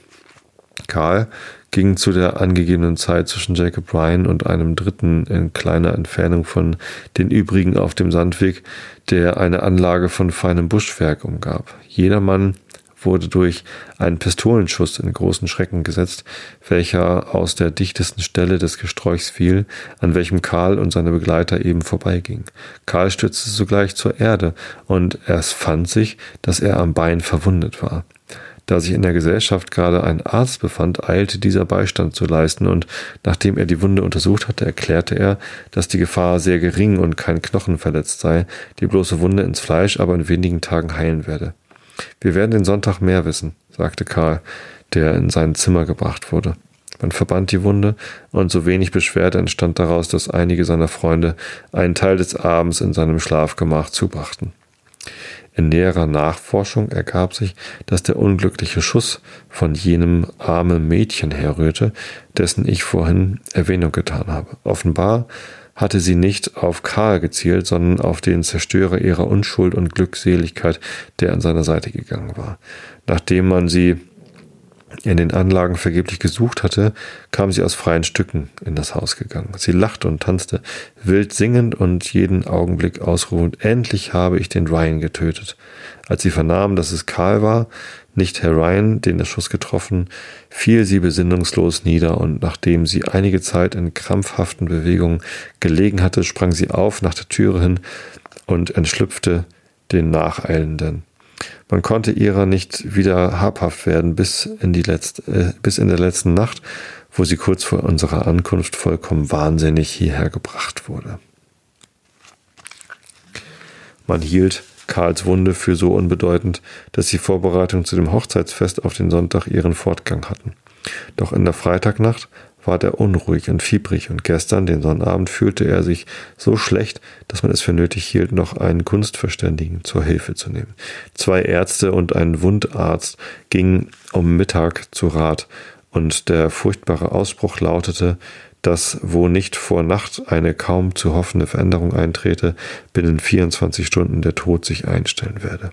Karl ging zu der angegebenen Zeit zwischen Jacob Ryan und einem Dritten in kleiner Entfernung von den übrigen auf dem Sandweg, der eine Anlage von feinem Buschwerk umgab. Jedermann wurde durch einen Pistolenschuss in großen Schrecken gesetzt, welcher aus der dichtesten Stelle des Gesträuchs fiel, an welchem Karl und seine Begleiter eben vorbeigingen. Karl stürzte sogleich zur Erde, und es fand sich, dass er am Bein verwundet war. Da sich in der Gesellschaft gerade ein Arzt befand, eilte dieser Beistand zu leisten, und nachdem er die Wunde untersucht hatte, erklärte er, dass die Gefahr sehr gering und kein Knochen verletzt sei, die bloße Wunde ins Fleisch aber in wenigen Tagen heilen werde. »Wir werden den Sonntag mehr wissen«, sagte Karl, der in sein Zimmer gebracht wurde. Man verband die Wunde, und so wenig Beschwerde entstand daraus, dass einige seiner Freunde einen Teil des Abends in seinem Schlafgemach zubrachten. In näherer Nachforschung ergab sich, dass der unglückliche Schuss von jenem armen Mädchen herrührte, dessen ich vorhin Erwähnung getan habe. Offenbar hatte sie nicht auf Karl gezielt, sondern auf den Zerstörer ihrer Unschuld und Glückseligkeit, der an seiner Seite gegangen war. Nachdem man sie in den Anlagen vergeblich gesucht hatte, kam sie aus freien Stücken in das Haus gegangen. Sie lachte und tanzte, wild singend und jeden Augenblick ausrufend: »Endlich habe ich den Ryan getötet.« Als sie vernahm, dass es Karl war, nicht Herr Ryan, den der Schuss getroffen, fiel sie besinnungslos nieder, und nachdem sie einige Zeit in krampfhaften Bewegungen gelegen hatte, sprang sie auf nach der Türe hin und entschlüpfte den Nacheilenden. Man konnte ihrer nicht wieder habhaft werden bis in, die letzte, äh, bis in der letzten Nacht, wo sie kurz vor unserer Ankunft vollkommen wahnsinnig hierher gebracht wurde. Man hielt Karls Wunde für so unbedeutend, dass die Vorbereitungen zu dem Hochzeitsfest auf den Sonntag ihren Fortgang hatten. Doch in der Freitagnacht war er unruhig und fiebrig, und gestern, den Sonnabend, fühlte er sich so schlecht, dass man es für nötig hielt, noch einen Kunstverständigen zur Hilfe zu nehmen. Zwei Ärzte und ein Wundarzt gingen um Mittag zu Rat, und der furchtbare Ausspruch lautete, dass, wo nicht vor Nacht eine kaum zu hoffende Veränderung eintrete, binnen vierundzwanzig Stunden der Tod sich einstellen werde.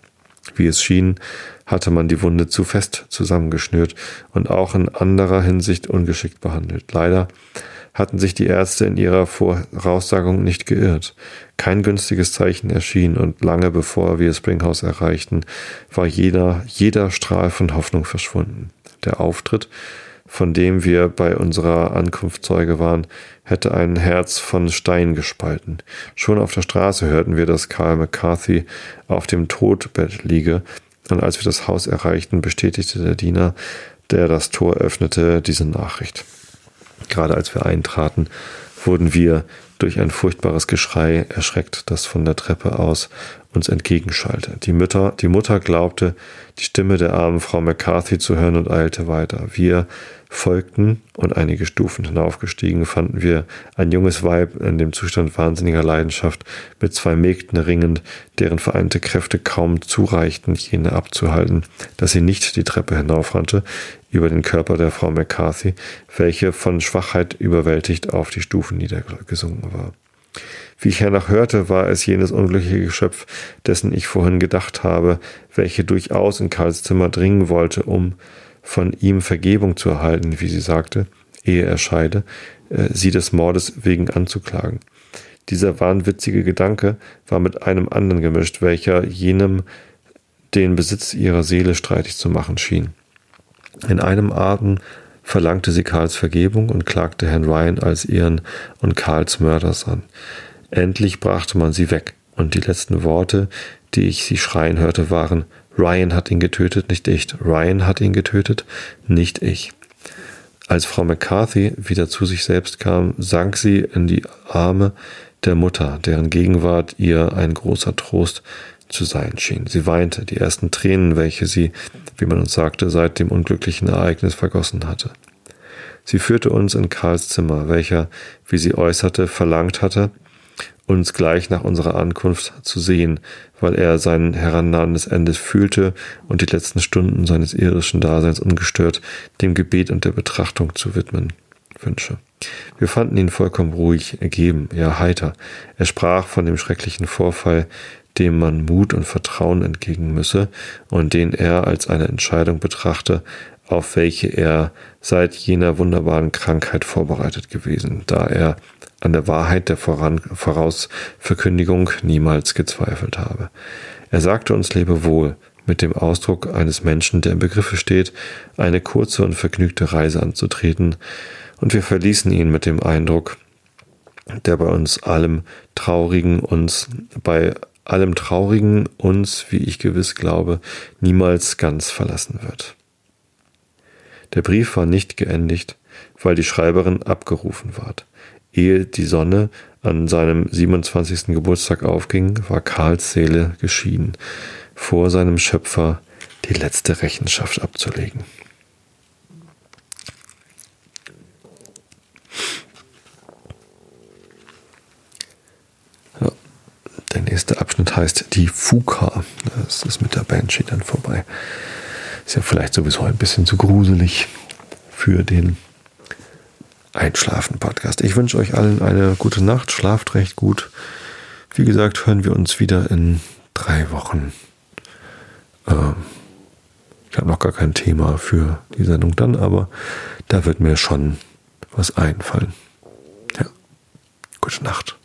Wie es schien, hatte man die Wunde zu fest zusammengeschnürt und auch in anderer Hinsicht ungeschickt behandelt. Leider hatten sich die Ärzte in ihrer Voraussagung nicht geirrt. Kein günstiges Zeichen erschien und lange bevor wir Springhouse erreichten, war jeder, jeder Strahl von Hoffnung verschwunden. Der Auftritt, von dem wir bei unserer Ankunft Zeuge waren, hätte ein Herz von Stein gespalten. Schon auf der Straße hörten wir, dass Carl McCarthy auf dem Todbett liege, und als wir das Haus erreichten, bestätigte der Diener, der das Tor öffnete, diese Nachricht. Gerade als wir eintraten, wurden wir durch ein furchtbares Geschrei erschreckt, das von der Treppe aus uns entgegenschallte. Die Mutter, die Mutter glaubte, die Stimme der armen Frau McCarthy zu hören und eilte weiter. Wir folgten und einige Stufen hinaufgestiegen, fanden wir ein junges Weib in dem Zustand wahnsinniger Leidenschaft mit zwei Mägden ringend, deren vereinte Kräfte kaum zureichten, jene abzuhalten, dass sie nicht die Treppe hinaufrannte über den Körper der Frau McCarthy, welche von Schwachheit überwältigt auf die Stufen niedergesunken war. Wie ich hernach hörte, war es jenes unglückliche Geschöpf, dessen ich vorhin gedacht habe, welche durchaus in Karls Zimmer dringen wollte, um von ihm Vergebung zu erhalten, wie sie sagte, ehe er scheide, äh, sie des Mordes wegen anzuklagen. Dieser wahnwitzige Gedanke war mit einem anderen gemischt, welcher jenem den Besitz ihrer Seele streitig zu machen schien. In einem Atem verlangte sie Karls Vergebung und klagte Herrn Ryan als ihren und Karls Mörders an. Endlich brachte man sie weg, und die letzten Worte, die ich sie schreien hörte, waren: Ryan hat ihn getötet, nicht ich. Ryan hat ihn getötet, nicht ich. Als Frau McCarthy wieder zu sich selbst kam, sank sie in die Arme der Mutter, deren Gegenwart ihr ein großer Trost zu sein schien. Sie weinte, die ersten Tränen, welche sie, wie man uns sagte, seit dem unglücklichen Ereignis vergossen hatte. Sie führte uns in Karls Zimmer, welcher, wie sie äußerte, verlangt hatte, uns gleich nach unserer Ankunft zu sehen, weil er sein herannahendes Ende fühlte und die letzten Stunden seines irdischen Daseins ungestört dem Gebet und der Betrachtung zu widmen wünsche. Wir fanden ihn vollkommen ruhig, ergeben, ja heiter. Er sprach von dem schrecklichen Vorfall, dem man Mut und Vertrauen entgegen müsse und den er als eine Entscheidung betrachte, auf welche er seit jener wunderbaren Krankheit vorbereitet gewesen, da er an der Wahrheit der Voran- Vorausverkündigung niemals gezweifelt habe. Er sagte uns Lebewohl mit dem Ausdruck eines Menschen, der im Begriffe steht, eine kurze und vergnügte Reise anzutreten, und wir verließen ihn mit dem Eindruck, der bei uns allem Traurigen uns, bei allem Traurigen uns, wie ich gewiss glaube, niemals ganz verlassen wird. Der Brief war nicht geendigt, weil die Schreiberin abgerufen ward. Ehe die Sonne an seinem siebenundzwanzigsten Geburtstag aufging, war Karls Seele geschieden, vor seinem Schöpfer die letzte Rechenschaft abzulegen. Ja, der nächste Abschnitt heißt Die Fuka. Das ist mit der Banshee dann vorbei. Ist ja vielleicht sowieso ein bisschen zu gruselig für den Einschlafen-Podcast. Ich wünsche euch allen eine gute Nacht, schlaft recht gut. Wie gesagt, hören wir uns wieder in drei Wochen. Ähm, ich habe noch gar kein Thema für die Sendung dann, aber da wird mir schon was einfallen. Ja, gute Nacht.